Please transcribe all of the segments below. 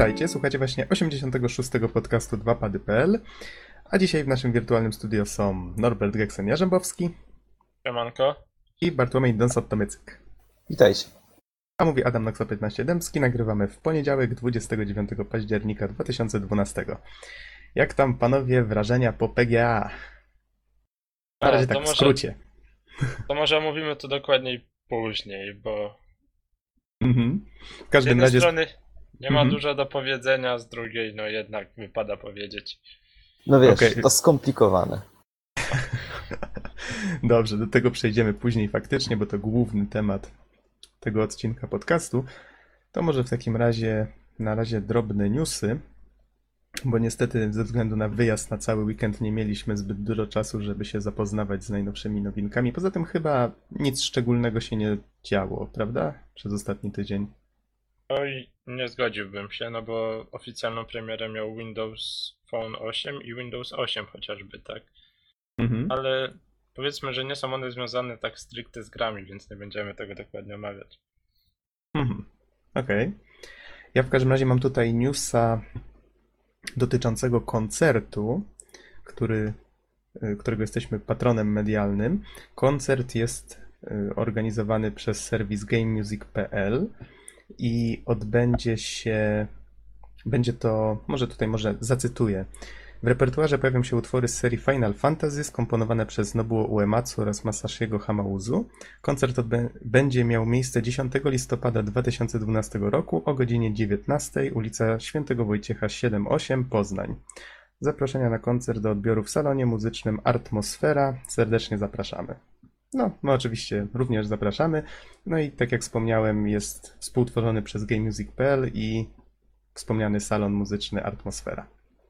Witajcie, słuchacie właśnie 86. podcastu 2pady.pl, a dzisiaj w naszym wirtualnym studio są Norbert Geksen-Jarzębowski Siemanko. i Bartłomiej Donsot-Tomycyk. Witajcie. A mówi Adam Noxa 15 Dębski, nagrywamy w poniedziałek 29 października 2012. Jak tam panowie wrażenia po PGA? Na razie tak w skrócie. To może omówimy to dokładniej później, bo W z każdym jednej razie... strony nie ma Mhm. dużo do powiedzenia, z drugiej no jednak wypada powiedzieć. No wiesz, Okej. to skomplikowane. Dobrze, do tego przejdziemy później faktycznie, bo to główny temat tego odcinka podcastu. To może w takim razie na razie drobne newsy, bo niestety ze względu na wyjazd na cały weekend nie mieliśmy zbyt dużo czasu, żeby się zapoznawać z najnowszymi nowinkami. Poza tym chyba nic szczególnego się nie działo, prawda? Przez ostatni tydzień. Oj, nie zgodziłbym się, no bo oficjalną premierę miał Windows Phone 8 i Windows 8 chociażby, tak? Mhm. Ale powiedzmy, że nie są one związane tak stricte z grami, więc nie będziemy tego dokładnie omawiać. Okej. Ja w każdym razie mam tutaj newsa dotyczącego koncertu, którego jesteśmy patronem medialnym. Koncert jest organizowany przez serwis gamemusic.pl i będzie to, może zacytuję. W repertuarze pojawią się utwory z serii Final Fantasy skomponowane przez Nobuo Uematsu oraz Masashiego Hamauzu. Koncert będzie miał miejsce 10 listopada 2012 roku o godzinie 19, ulica Świętego Wojciecha 7-8, Poznań. Zaproszenia na koncert do odbioru w salonie muzycznym Artmosfera. Serdecznie zapraszamy. No, my oczywiście również zapraszamy. No i tak jak wspomniałem, jest współtworzony przez gamemusic.pl i wspomniany salon muzyczny Artmosfera.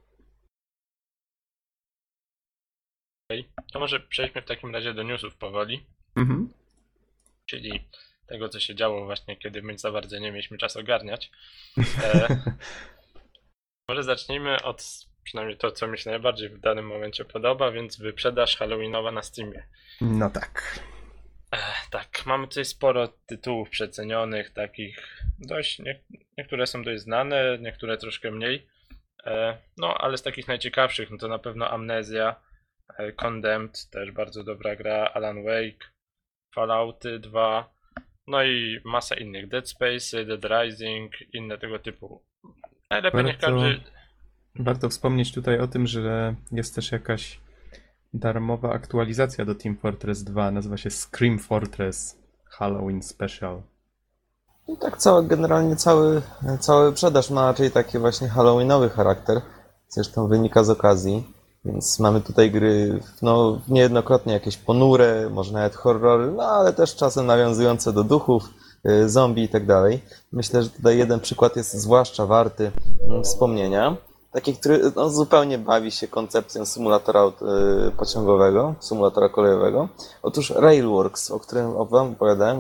To może przejdźmy w takim razie do newsów powoli, Mhm. czyli tego, co się działo właśnie, kiedy my za bardzo nie mieliśmy czasu ogarniać. E, Może zacznijmy od przynajmniej to, co mi się najbardziej w danym momencie podoba, więc wyprzedaż halloweenowa na Steamie. No tak. Tak, mamy tutaj sporo tytułów przecenionych, takich dość, niektóre są dość znane, niektóre troszkę mniej. No, ale z takich najciekawszych, no to na pewno Amnesia, Condemned, też bardzo dobra gra, Alan Wake, Fallouty 2, no i masa innych, Dead Space, Dead Rising, inne tego typu. Najlepiej niech każdy... Warto wspomnieć tutaj o tym, że jest też jakaś darmowa aktualizacja do Team Fortress 2. Nazywa się Scream Fortress Halloween Special. No tak, generalnie cały wyprzedaż ma raczej taki właśnie halloweenowy charakter. Zresztą wynika z okazji. Więc mamy tutaj gry, no niejednokrotnie jakieś ponure, może nawet horrory, no ale też czasem nawiązujące do duchów, zombie i tak dalej. Myślę, że tutaj jeden przykład jest zwłaszcza warty wspomnienia. Taki, który no, zupełnie bawi się koncepcją symulatora pociągowego, symulatora kolejowego. Otóż Railworks, o którym wam opowiadałem,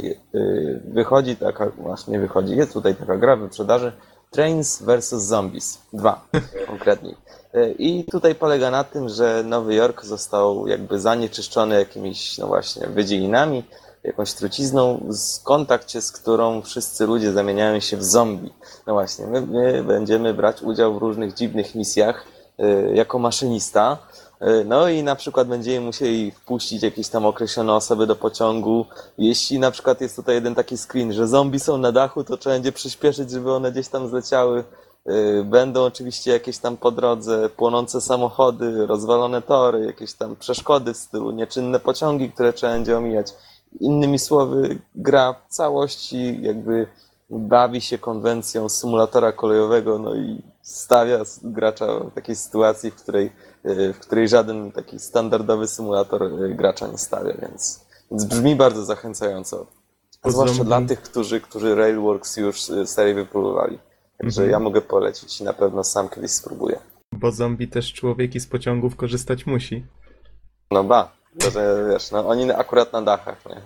jest tutaj taka gra w wyprzedaży Trains vs. Zombies 2 konkretniej. I tutaj polega na tym, że Nowy Jork został jakby zanieczyszczony jakimiś, no właśnie, wydzielinami, jakąś trucizną, w kontakcie z którą wszyscy ludzie zamieniają się w zombie. No właśnie, my będziemy brać udział w różnych dziwnych misjach jako maszynista. No i na przykład będziemy musieli wpuścić jakieś tam określone osoby do pociągu. Jeśli na przykład jest tutaj jeden taki screen, że zombie są na dachu, to trzeba będzie przyspieszyć, żeby one gdzieś tam zleciały. Będą oczywiście jakieś tam po drodze płonące samochody, rozwalone tory, jakieś tam przeszkody w stylu nieczynne pociągi, które trzeba będzie omijać. Innymi słowy, gra w całości jakby bawi się konwencją symulatora kolejowego, no i stawia gracza w takiej sytuacji, w której żaden taki standardowy symulator gracza nie stawia, więc brzmi bardzo zachęcająco. A zwłaszcza dla tych, którzy Railworks już serię wypróbowali. Także ja mogę polecić i na pewno sam kiedyś spróbuję. Bo zombie też człowiek i z pociągów korzystać musi. No to że wiesz, no oni akurat na dachach, nie?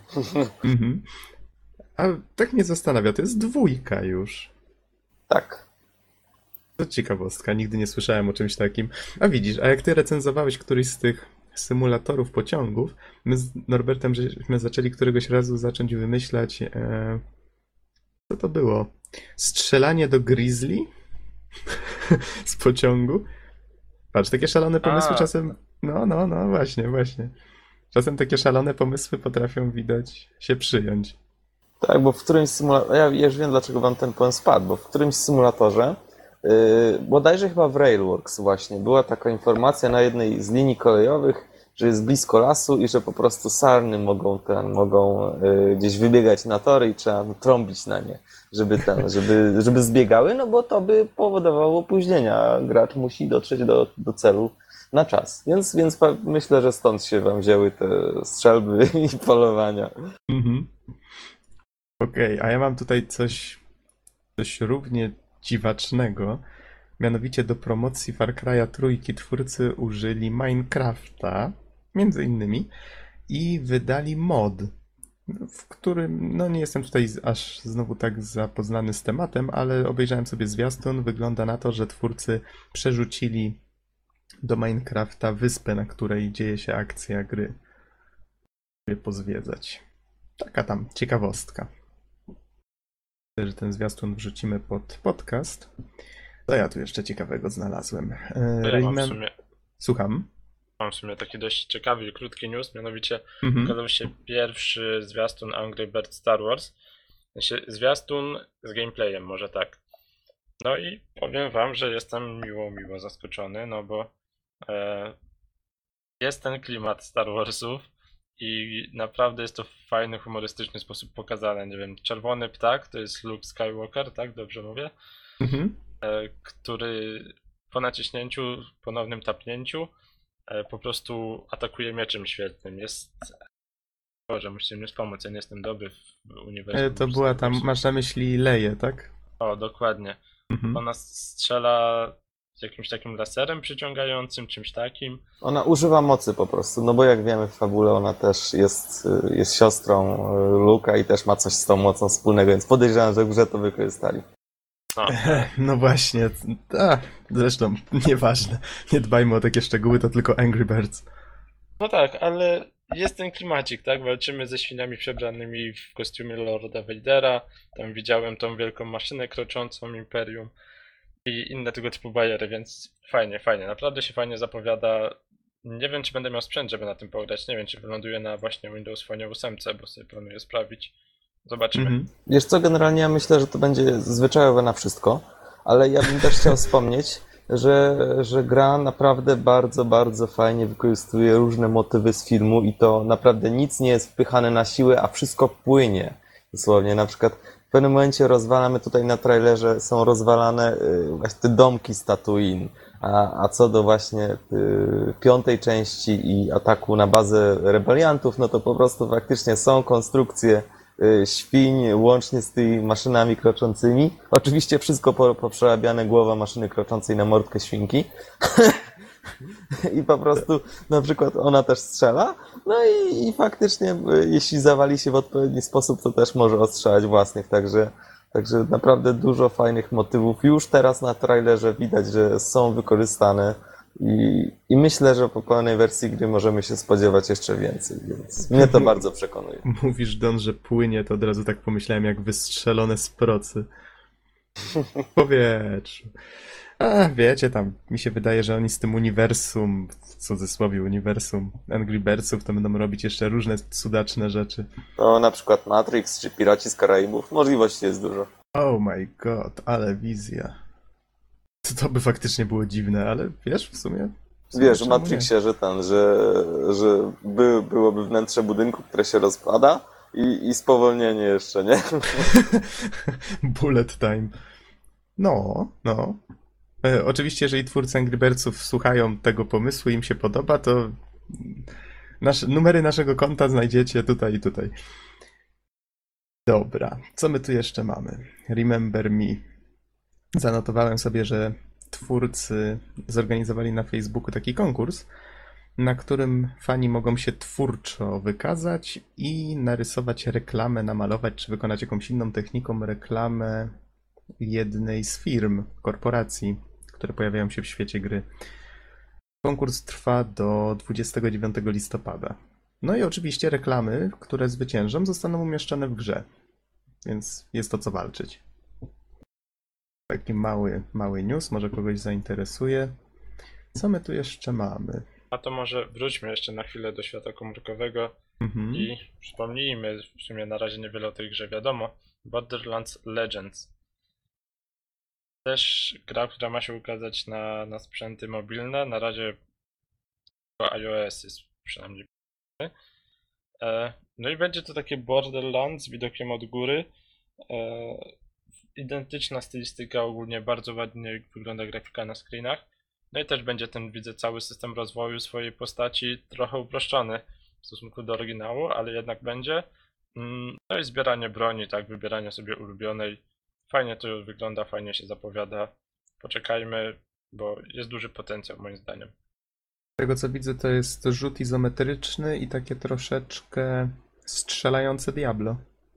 A tak mnie zastanawia, to jest 2 już. Tak. To ciekawostka, nigdy nie słyszałem o czymś takim. A widzisz, a jak ty recenzowałeś któryś z tych symulatorów pociągów, my z Norbertem żeśmy zaczęli któregoś razu wymyślać, co to było? Strzelanie do Grizzly? z pociągu. Patrz, takie szalone pomysły A. czasem... No, właśnie. Czasem takie szalone pomysły potrafią, widać, się przyjąć. Tak, bo w którymś symulatorze, ja już wiem dlaczego wam ten pomysł spadł, bo w którymś symulatorze, bodajże chyba w Railworks właśnie, była taka informacja na jednej z linii kolejowych, że jest blisko lasu i że po prostu sarny mogą gdzieś wybiegać na tory i trzeba trąbić na nie, żeby zbiegały, no bo to by powodowało opóźnienia, a gracz musi dotrzeć do celu na czas. Więc myślę, że stąd się wam wzięły te strzelby i polowania. Mhm. Okej, a ja mam tutaj coś równie dziwacznego. Mianowicie do promocji Far Cry'a trójki twórcy użyli Minecrafta, między innymi, i wydali mod, w którym, no nie jestem tutaj aż znowu tak zapoznany z tematem, ale obejrzałem sobie zwiastun. Wygląda na to, że twórcy przerzucili do Minecrafta wyspę, na której dzieje się akcja gry. Sobie pozwiedzać. Taka tam ciekawostka. Myślę, że ten zwiastun wrzucimy pod podcast. To ja tu jeszcze ciekawego znalazłem. To ja mam w sumie, Słucham. mam w sumie taki dość ciekawy i krótki news, mianowicie Mhm. ukazał się pierwszy zwiastun Angry Birds Star Wars. W sensie zwiastun z gameplayem, może tak. No i powiem wam, że jestem miło zaskoczony, no bo jest ten klimat Star Warsów i naprawdę jest to w fajny, humorystyczny sposób pokazane. Nie wiem, czerwony ptak to jest Luke Skywalker, tak? Dobrze mówię? Mhm. Który po naciśnięciu, ponownym tapnięciu po prostu atakuje mieczem świetnym. Jest... Boże, musicie mi wspomóc, ja nie jestem dobry w uniwersum. To była tam, masz na myśli Leję, tak? O, dokładnie. Mhm. Ona strzela jakimś takim laserem przyciągającym, czymś takim. Ona używa mocy po prostu, no bo jak wiemy w fabule ona też jest siostrą Luke'a i też ma coś z tą mocą wspólnego, więc podejrzewam, że w grze to wykorzystali. No, No właśnie. Zresztą nieważne. Nie dbajmy o takie szczegóły, to tylko Angry Birds. no tak, ale jest ten klimacik, tak? Walczymy ze świniami przebranymi w kostiumie Lorda Vadera. Tam widziałem tą wielką maszynę kroczącą Imperium i inne tego typu bajery, więc fajnie. Naprawdę się fajnie zapowiada. Nie wiem, czy będę miał sprzęt, żeby na tym pograć. Nie wiem, czy wyląduje na właśnie Windows Phone 8, bo sobie planuję sprawdzić. Zobaczymy. Mhm. Wiesz co, generalnie ja myślę, że to będzie zwyczajowe na wszystko, ale ja bym też chciał wspomnieć, że gra naprawdę bardzo, bardzo fajnie wykorzystuje różne motywy z filmu i to naprawdę nic nie jest wpychane na siłę, a wszystko płynie. Dosłownie, na przykład w pewnym momencie rozwalamy tutaj na trailerze, są rozwalane właśnie te domki z Tatooine, a co do właśnie piątej części i ataku na bazę rebeliantów, no to po prostu faktycznie są konstrukcje świń, łącznie z tymi maszynami kroczącymi. Oczywiście wszystko poprzerabiane, głowa maszyny kroczącej na mordkę świnki. I po prostu na przykład ona też strzela. No i faktycznie jeśli zawali się w odpowiedni sposób, to też może ostrzelać własnych. Także naprawdę dużo fajnych motywów. Już teraz na trailerze widać, że są wykorzystane. I myślę, że po pełnej wersji gry możemy się spodziewać jeszcze więcej, więc mnie to bardzo przekonuje. Mówisz, Don, że płynie, to od razu tak pomyślałem, jak wystrzelone z procy. W powietrzu. A wiecie, tam mi się wydaje, że oni z tym uniwersum, w cudzysłowie uniwersum Angry Birdsów, to będą robić jeszcze różne cudaczne rzeczy. No, na przykład Matrix czy Piraci z Karaibów. Możliwości jest dużo. Oh my god, ale wizja. To by faktycznie było dziwne, ale wiesz, w sumie Wiesz, w czemu Matrixie, że byłoby wnętrze budynku, które się rozpada i spowolnienie jeszcze, nie? Bullet time. No. Oczywiście, jeżeli twórcy Angry Birdsów słuchają tego pomysłu i im się podoba, to numery naszego konta znajdziecie tutaj i tutaj. Dobra, co my tu jeszcze mamy? Remember Me. Zanotowałem sobie, że twórcy zorganizowali na Facebooku taki konkurs, na którym fani mogą się twórczo wykazać i narysować reklamę, namalować, czy wykonać jakąś inną techniką reklamę jednej z firm, korporacji, które pojawiają się w świecie gry. Konkurs trwa do 29 listopada. No i oczywiście reklamy, które zwyciężą, zostaną umieszczone w grze, więc jest o co walczyć. Taki mały news, może kogoś zainteresuje. Co my tu jeszcze mamy? A to może wróćmy jeszcze na chwilę do świata komórkowego Mhm. i przypomnijmy, w sumie na razie niewiele o tej grze wiadomo, Borderlands Legends. Też gra, która ma się ukazać na sprzęty mobilne, na razie tylko iOS jest przynajmniej. No i będzie to takie Borderlands z widokiem od góry. Identyczna stylistyka, ogólnie bardzo ładnie wygląda grafika na screenach. No i też będzie ten, widzę, cały system rozwoju swojej postaci trochę uproszczony w stosunku do oryginału, ale jednak będzie. No i zbieranie broni, tak, wybieranie sobie ulubionej. Fajnie to wygląda, fajnie się zapowiada. Poczekajmy, bo jest duży potencjał moim zdaniem. Z tego co widzę, to jest rzut izometryczny i takie troszeczkę strzelające Diablo.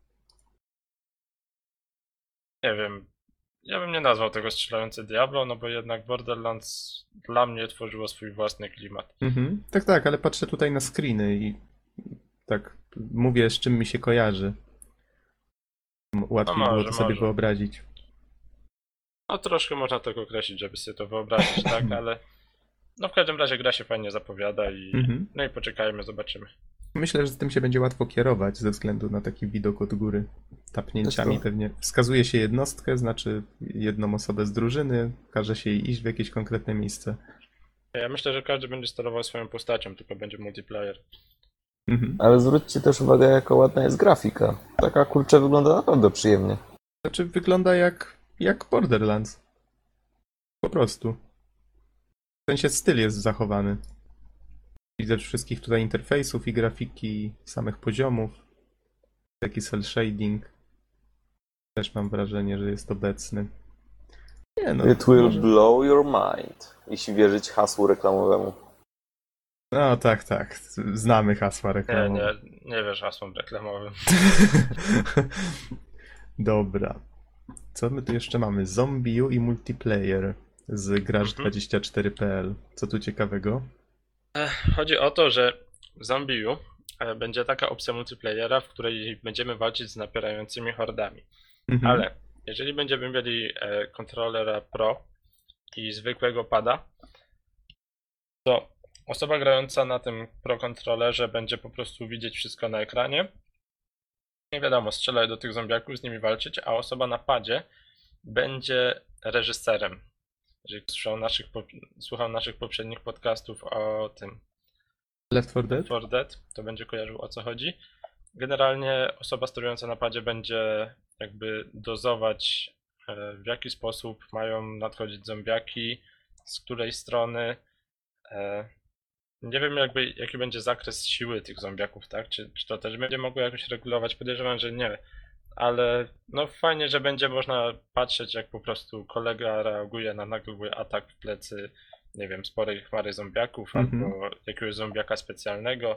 Nie wiem, ja bym nie nazwał tego strzelające Diablo, no bo jednak Borderlands dla mnie tworzyło swój własny klimat. Mhm. Tak, ale patrzę tutaj na screeny i tak mówię, z czym mi się kojarzy. Łatwiej No było to sobie może. wyobrazić. No troszkę można tak określić, żeby sobie to wyobrazić, tak, ale no w każdym razie gra się fajnie zapowiada i Mhm. no i poczekajmy, zobaczymy. Myślę, że z tym się będzie łatwo kierować ze względu na taki widok od góry. Tapnięciami Zresztą- pewnie. Wskazuje się jednostkę, znaczy jedną osobę z drużyny, każe się jej iść w jakieś konkretne miejsce. Ja myślę, że każdy będzie sterował swoją postacią, tylko będzie multiplayer. Mhm. Ale zwróćcie też uwagę, jaka ładna jest grafika. Taka, kurczę, wygląda naprawdę przyjemnie. Znaczy wygląda jak Borderlands. Po prostu. W sensie styl jest zachowany. Widzę wszystkich tutaj interfejsów i grafiki, samych poziomów. Taki cel shading. Też mam wrażenie, że jest obecny. Nie no, It will może... blow your mind, jeśli wierzyć hasłu reklamowemu. No tak. Znamy hasła Nie, reklamowe. nie wiesz hasłem reklamowym. Dobra. Co my tu jeszcze mamy? Zombiu i multiplayer z Gracz24.pl. Co tu ciekawego? Chodzi o to, że w Zombiu będzie taka opcja multiplayera, w której będziemy walczyć z napierającymi hordami. Mhm. Ale jeżeli będziemy mieli kontrolera Pro i zwykłego pada, to osoba grająca na tym Pro kontrolerze będzie po prostu widzieć wszystko na ekranie. Nie wiadomo, strzelać do tych zombiaków, z nimi walczyć, a osoba na padzie będzie reżyserem. Jeżeli ktoś słuchał naszych poprzednich podcastów o tym Left 4 Dead? 4 Dead, to będzie kojarzył, o co chodzi. Generalnie osoba sterująca na padzie będzie jakby dozować, w jaki sposób mają nadchodzić zombiaki, z której strony. Nie wiem jaki będzie zakres siły tych zombiaków, tak? Czy to też będzie mogło jakoś regulować? Podejrzewam, że nie. Ale no fajnie, że będzie można patrzeć, jak po prostu kolega reaguje na nagły atak w plecy, nie wiem, sporej chmary zombiaków albo jakiegoś zombiaka specjalnego.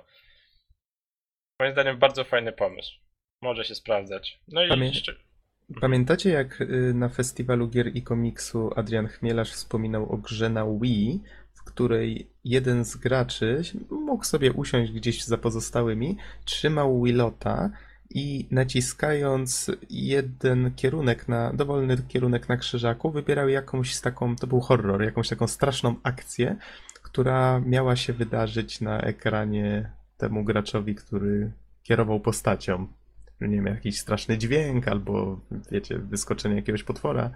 Moim zdaniem bardzo fajny pomysł. Może się sprawdzać. No i Pamiętacie, jak na festiwalu gier i komiksu Adrian Chmielarz wspominał o grze na Wii, w której jeden z graczy mógł sobie usiąść gdzieś za pozostałymi, trzymał Wilota i naciskając jeden kierunek dowolny kierunek na krzyżaku, wybierał jakąś taką, to był horror, jakąś taką straszną akcję, która miała się wydarzyć na ekranie temu graczowi, który kierował postacią. Nie wiem, jakiś straszny dźwięk, albo wiecie, wyskoczenie jakiegoś potwora.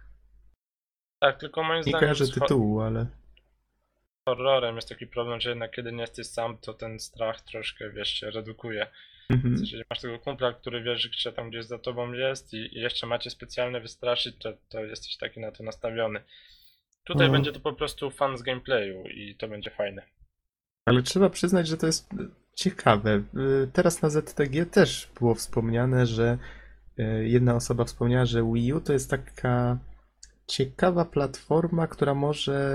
tak, tylko moim Nie zdaniem kojarzę z tytułu, ale... horrorem jest taki problem, że jednak kiedy nie jesteś sam, to ten strach troszkę, wiesz, się redukuje. Mhm. Jeżeli masz tego kumpla, który wiesz, że tam gdzieś za tobą jest i jeszcze macie specjalnie wystraszyć, to jesteś taki na to nastawiony. Tutaj będzie to po prostu fan z gameplayu i to będzie fajne. Ale trzeba przyznać, że to jest ciekawe. Teraz na ZTG też było wspomniane, że jedna osoba wspomniała, że Wii U to jest taka ciekawa platforma, która może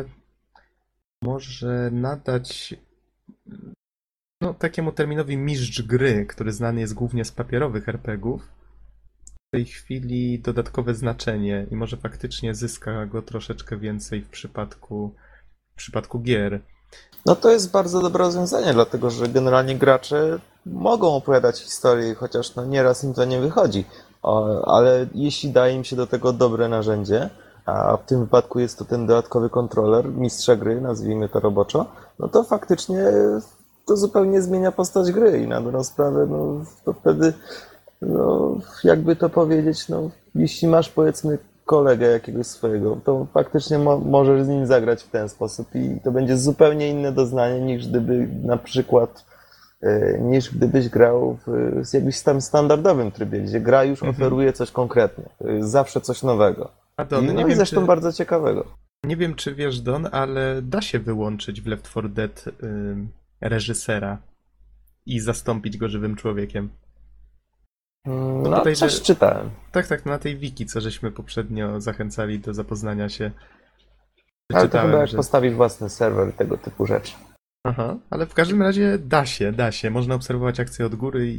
nadać takiemu terminowi mistrz gry, który znany jest głównie z papierowych RPGów, w tej chwili dodatkowe znaczenie i może faktycznie zyska go troszeczkę więcej w przypadku gier. No to jest bardzo dobre rozwiązanie, dlatego że generalnie gracze mogą opowiadać historie, chociaż no nieraz im to nie wychodzi. Ale jeśli daje im się do tego dobre narzędzie, a w tym wypadku jest to ten dodatkowy kontroler, mistrza gry, nazwijmy to roboczo, no to faktycznie to zupełnie zmienia postać gry i na dobrą sprawę, no to wtedy, no jakby to powiedzieć, no jeśli masz powiedzmy kolegę jakiegoś swojego, to faktycznie możesz z nim zagrać w ten sposób i to będzie zupełnie inne doznanie niż gdyby na przykład niż gdybyś grał w jakimś tam standardowym trybie, gdzie gra już oferuje coś konkretnie. To jest zawsze coś nowego. A Don, No i zresztą bardzo ciekawego. nie wiem, czy wiesz, Don, ale da się wyłączyć w Left 4 Dead reżysera i zastąpić go żywym człowiekiem. No, tutaj, coś że- czytałem. Tak, na tej wiki, co żeśmy poprzednio zachęcali do zapoznania się. Ale to Czytałem, chyba jak że- postawisz własny serwer tego typu rzeczy. Aha, ale w każdym razie da się. Można obserwować akcje od góry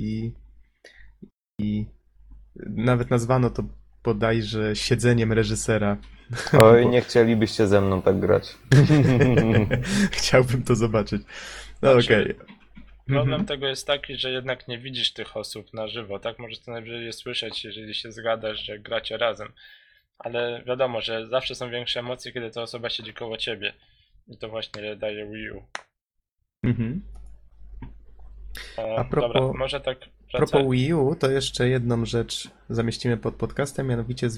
i nawet nazwano to bodajże siedzeniem reżysera. Oj, nie chcielibyście ze mną tak grać. Chciałbym to zobaczyć. No Znaczy, okej. Problem tego jest taki, że jednak nie widzisz tych osób na żywo, tak? Możesz to najwyżej je słyszeć, jeżeli się zgadasz, że gracie razem. Ale wiadomo, że zawsze są większe emocje, kiedy ta osoba siedzi koło ciebie. I to właśnie daje Wii U. Mhm. A propos- Dobra, może tak A propos wracając. Wii U, to jeszcze jedną rzecz zamieścimy pod podcastem, mianowicie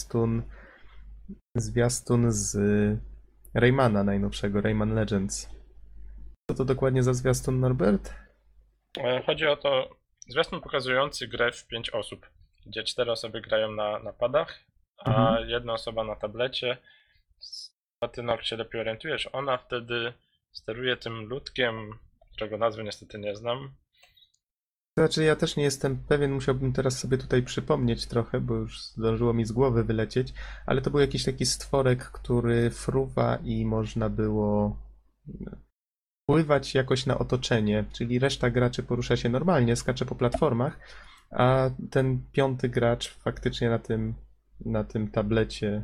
zwiastun z Raymana najnowszego, Rayman Legends. Co to dokładnie za zwiastun, Norbert? Chodzi o to, zwiastun pokazujący grę w 5 osób, gdzie 4 osoby grają na padach, a jedna osoba na tablecie. Ty, Nok, się lepiej orientujesz. Ona wtedy steruje tym ludkiem, którego nazwy niestety nie znam. Znaczy, ja też nie jestem pewien, musiałbym teraz sobie tutaj przypomnieć trochę, bo już zdążyło mi z głowy wylecieć, ale to był jakiś taki stworek, który fruwa i można było wpływać jakoś na otoczenie, czyli reszta graczy porusza się normalnie, skacze po platformach, a ten piąty gracz faktycznie na tym tablecie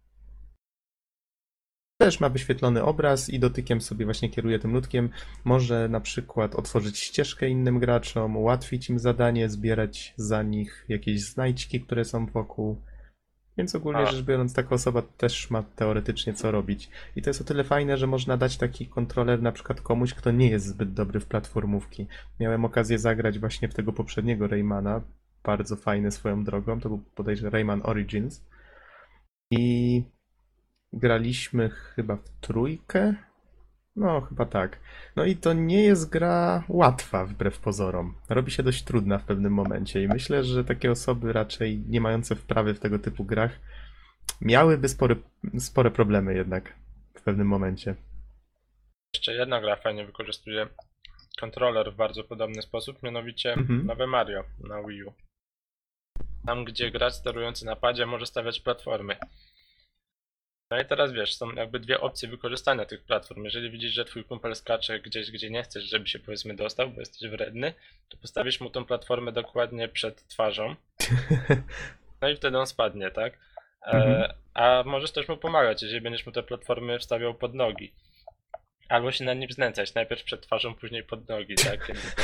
też ma wyświetlony obraz i dotykiem sobie właśnie kieruje tym ludkiem. Może na przykład otworzyć ścieżkę innym graczom, ułatwić im zadanie, zbierać za nich jakieś znajdźki, które są wokół. Więc ogólnie rzecz biorąc, taka osoba też ma teoretycznie co robić. I to jest o tyle fajne, że można dać taki kontroler na przykład komuś, kto nie jest zbyt dobry w platformówki. Miałem okazję zagrać właśnie w tego poprzedniego Raymana, bardzo fajny swoją drogą, to był bodajże Rayman Origins. I graliśmy chyba w trójkę? No, chyba tak. No i to nie jest gra łatwa, wbrew pozorom. Robi się dość trudna w pewnym momencie i myślę, że takie osoby raczej nie mające wprawy w tego typu grach miałyby spore problemy jednak w pewnym momencie. Jeszcze jedna gra fajnie wykorzystuje kontroler w bardzo podobny sposób, mianowicie nowe Mario na Wii U. Tam, gdzie gracz sterujący na padzie może stawiać platformy. No i teraz wiesz, są jakby dwie opcje wykorzystania tych platform. Jeżeli widzisz, że twój kumpel skacze gdzieś, gdzie nie chcesz, żeby się powiedzmy dostał, bo jesteś wredny, to postawisz mu tą platformę dokładnie przed twarzą. No i wtedy on spadnie, tak? A możesz też mu pomagać, jeżeli będziesz mu te platformy wstawiał pod nogi. Albo się na nim znęcać, najpierw przed twarzą, później pod nogi, tak?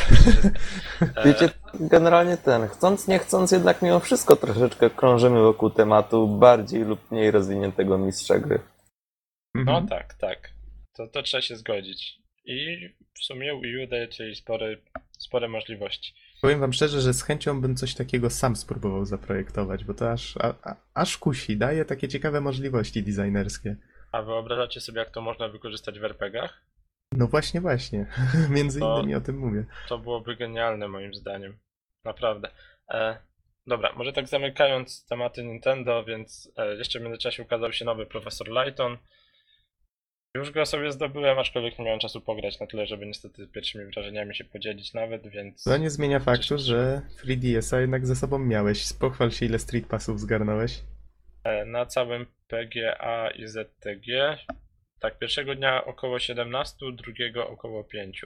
Wiecie, generalnie chcąc nie chcąc, jednak mimo wszystko troszeczkę krążymy wokół tematu bardziej lub mniej rozwiniętego mistrza gry. No tak. To trzeba się zgodzić. I w sumie Wii U daje ci spore możliwości. Powiem wam szczerze, że z chęcią bym coś takiego sam spróbował zaprojektować, bo to aż kusi, daje takie ciekawe możliwości designerskie. A wyobrażacie sobie, jak to można wykorzystać w RPG-ach? No właśnie. Między innymi o tym mówię. To byłoby genialne moim zdaniem. Naprawdę. Dobra, może tak zamykając tematy Nintendo, więc jeszcze w międzyczasie ukazał się nowy Profesor Layton. Już go sobie zdobyłem, aczkolwiek nie miałem czasu pograć na tyle, żeby niestety pierwszymi wrażeniami się podzielić nawet, więc... To nie zmienia faktu, że 3DS-a jednak ze sobą miałeś. Pochwal się, ile Street Passów zgarnąłeś. Na całym PGA i ZTG, tak, pierwszego dnia około 17, drugiego około 5.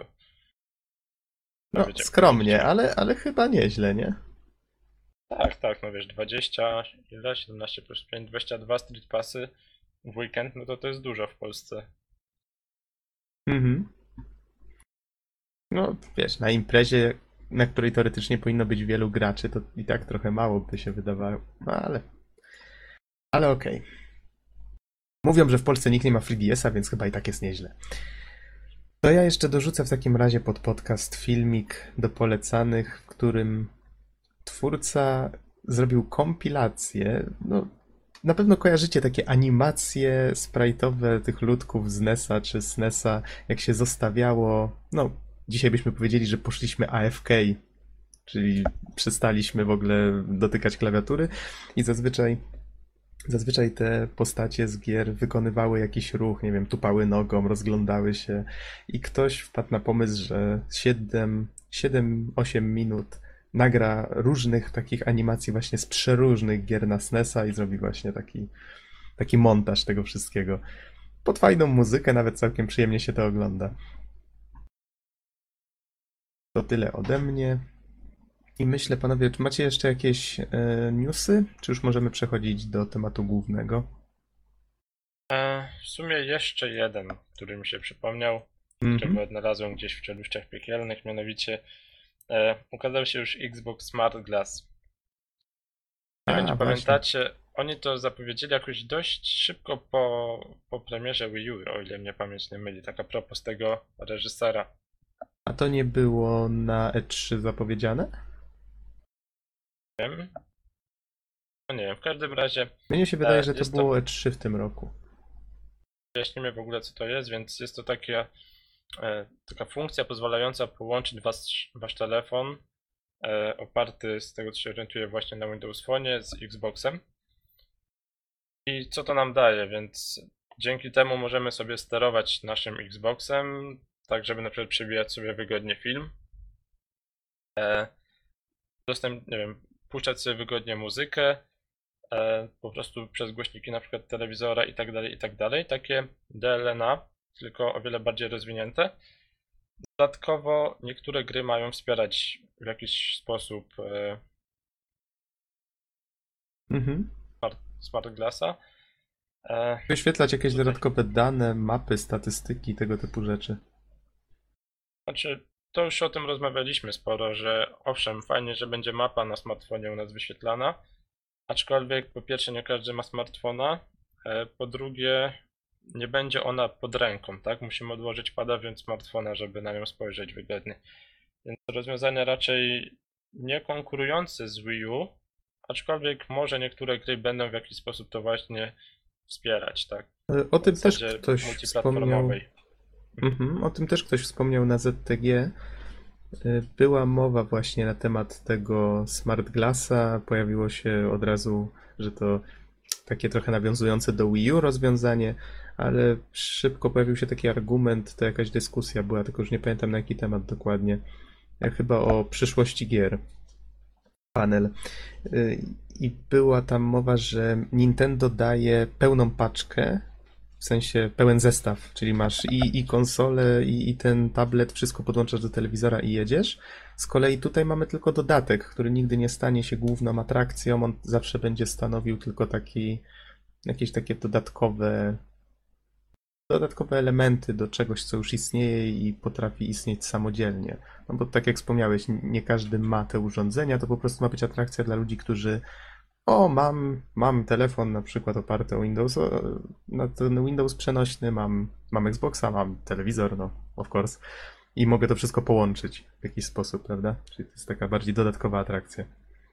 No, skromnie, ale chyba nieźle, nie? Tak, no wiesz, 20, ile? 17 plus 5, 22 Street Passy w weekend, no to jest dużo w Polsce. No, wiesz, na imprezie, na której teoretycznie powinno być wielu graczy, to i tak trochę mało by się wydawało, no ale okej. Mówią, że w Polsce nikt nie ma 3DS-a, więc chyba i tak jest nieźle. To ja jeszcze dorzucę w takim razie pod podcast filmik do polecanych, w którym twórca zrobił kompilację. No, na pewno kojarzycie takie animacje sprite'owe tych ludków z NES-a czy z NES-a, jak się zostawiało. No, dzisiaj byśmy powiedzieli, że poszliśmy AFK, czyli przestaliśmy w ogóle dotykać klawiatury i zazwyczaj te postacie z gier wykonywały jakiś ruch, nie wiem, tupały nogą, rozglądały się i ktoś wpadł na pomysł, że 7-8 minut nagra różnych takich animacji właśnie z przeróżnych gier na SNES-a i zrobi właśnie taki montaż tego wszystkiego. Pod fajną muzykę, nawet całkiem przyjemnie się to ogląda. To tyle ode mnie. I myślę, panowie, czy macie jeszcze jakieś newsy, czy już możemy przechodzić do tematu głównego? W sumie jeszcze jeden, który mi się przypomniał, Mhm. którego odnalazłem gdzieś w czeluściach piekielnych, mianowicie ukazał się już Xbox Smart Glass. Nie wiem, czy właśnie. pamiętacie, oni to zapowiedzieli jakoś dość szybko po premierze Wii U, o ile mnie pamięć nie myli, tak a propos tego reżysera. A to nie było na E3 zapowiedziane? Wiem. No nie wiem, w każdym razie Mnie się wydaje, że to jest było E3 w tym roku. wyjaśnimy w ogóle co to jest, więc jest to taka funkcja pozwalająca połączyć wasz telefon oparty z tego co się orientuje właśnie na Windows Phone z Xboxem. I co to nam daje, więc dzięki temu możemy sobie sterować naszym Xboxem, tak żeby na przykład przebijać sobie wygodnie film. Nie wiem, puszczać sobie wygodnie muzykę, po prostu przez głośniki na przykład telewizora i tak dalej, i tak dalej. Takie DLNA, tylko o wiele bardziej rozwinięte. Dodatkowo niektóre gry mają wspierać w jakiś sposób Mhm. Smart Glassa. Wyświetlać jakieś Tutaj. dodatkowe dane, mapy, statystyki, tego typu rzeczy. Znaczy, to już o tym rozmawialiśmy sporo, że owszem, fajnie, że będzie mapa na smartfonie u nas wyświetlana, aczkolwiek po pierwsze nie każdy ma smartfona, po drugie nie będzie ona pod ręką, tak? Musimy odłożyć pada, wziąć smartfona, żeby na nią spojrzeć wygodnie. Więc to rozwiązanie raczej nie konkurujące z Wii U, aczkolwiek może niektóre gry będą w jakiś sposób to właśnie wspierać, tak? O tym W też zasadzie ktoś wspomniał. multiplatformowej. O tym też ktoś wspomniał na ZTG. Była mowa właśnie na temat tego Smart Glassa. Pojawiło się od razu, że to takie trochę nawiązujące do Wii U rozwiązanie, ale szybko pojawił się taki argument, to jakaś dyskusja była, tylko już nie pamiętam na jaki temat dokładnie. Chyba o przyszłości gier. Panel. I była tam mowa, że Nintendo daje pełną paczkę, w sensie pełen zestaw, czyli masz i konsolę, i ten tablet, wszystko podłączasz do telewizora i jedziesz. Z kolei tutaj mamy tylko dodatek, który nigdy nie stanie się główną atrakcją, on zawsze będzie stanowił tylko jakieś takie dodatkowe elementy do czegoś, co już istnieje i potrafi istnieć samodzielnie. No bo tak jak wspomniałeś, nie każdy ma te urządzenia, to po prostu ma być atrakcja dla ludzi, którzy mam telefon na przykład oparty o Windows, na ten Windows przenośny, mam Xboxa, mam telewizor, no of course, i mogę to wszystko połączyć w jakiś sposób, prawda? Czyli to jest taka bardziej dodatkowa atrakcja.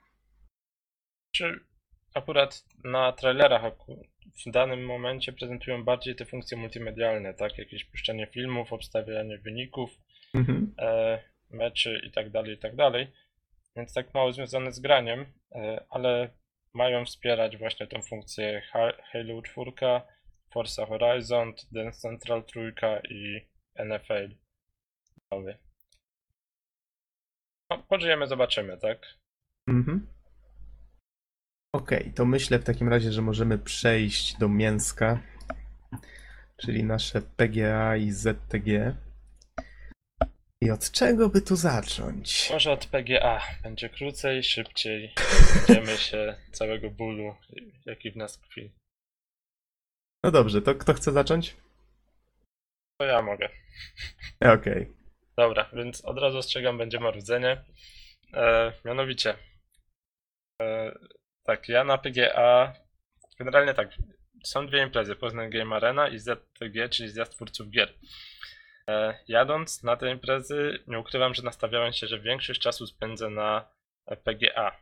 Czy akurat na trailerach w danym momencie prezentują bardziej te funkcje multimedialne, tak? Jakieś puszczanie filmów, obstawianie wyników, Mhm. meczy i tak dalej, i tak dalej. Więc tak mało związane z graniem, ale mają wspierać właśnie tą funkcję Halo 4, Forza Horizon, Dance Central 3 i NFL nowy. No, pożyjemy, zobaczymy, tak? Mhm. Okej, to myślę w takim razie, że możemy przejść do mięska, czyli nasze PGA i ZTG. I od czego by tu zacząć? Może od PGA. Będzie krócej, szybciej. Będziemy się całego bólu, jaki w nas tkwi. No dobrze, to kto chce zacząć? To ja mogę. Okej. Dobra, więc od razu ostrzegam, będzie marudzenie. Mianowicie, tak, ja na PGA, generalnie tak, są dwie imprezy, Poznań Game Arena i ZTG, czyli Zjazd Twórców Gier. Jadąc na te imprezy, nie ukrywam, że nastawiałem się, że większość czasu spędzę na PGA.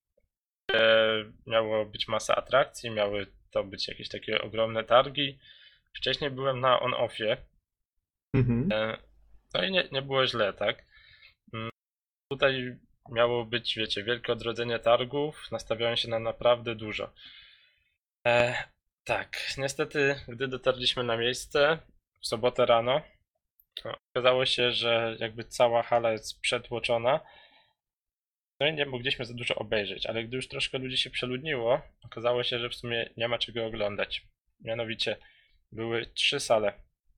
Miało być masa atrakcji, miały to być jakieś takie ogromne targi. Wcześniej byłem na on-offie, Mhm. no i nie było źle, tak? Tutaj miało być, wiecie, wielkie odrodzenie targów, nastawiałem się na naprawdę dużo. Tak, niestety, gdy dotarliśmy na miejsce w sobotę rano, to okazało się, że jakby cała hala jest przetłoczona, no i nie mogliśmy za dużo obejrzeć, ale gdy już troszkę ludzi się przeludniło, okazało się, że w sumie nie ma czego oglądać. Mianowicie były 3 sale.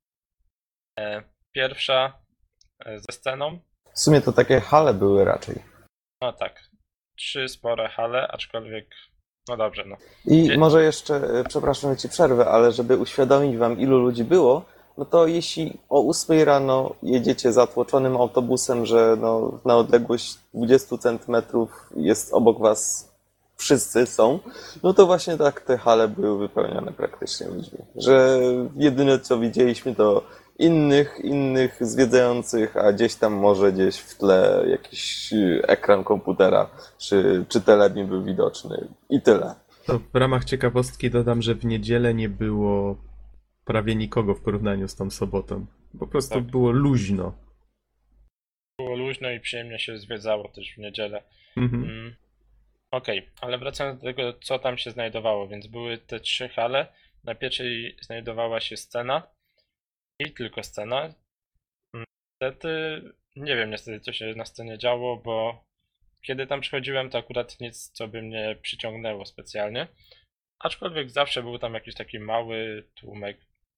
Pierwsza ze sceną, W sumie to takie hale były raczej. no tak, 3 spore hale, aczkolwiek, no dobrze, no. I może jeszcze, przepraszam, że ci przerwę, ale żeby uświadomić wam, ilu ludzi było, no to jeśli o 8 rano jedziecie zatłoczonym autobusem, że no, na odległość 20 centymetrów jest obok was wszyscy są, no to właśnie tak te hale były wypełnione praktycznie ludźmi. Że jedyne co widzieliśmy to innych zwiedzających, a gdzieś tam może gdzieś w tle jakiś ekran komputera czy telebim był widoczny i tyle. To w ramach ciekawostki dodam, że w niedzielę nie było prawie nikogo w porównaniu z tą sobotą. Po prostu Tak. było luźno. Było luźno i przyjemnie się zwiedzało też w niedzielę. Mhm. Okej, ale wracając do tego, co tam się znajdowało, więc były te 3 hale. Na pierwszej znajdowała się scena i tylko scena. Niestety, nie wiem niestety, co się na scenie działo, bo kiedy tam przychodziłem, to akurat nic, co by mnie przyciągnęło specjalnie. Aczkolwiek zawsze był tam jakiś taki mały tłumek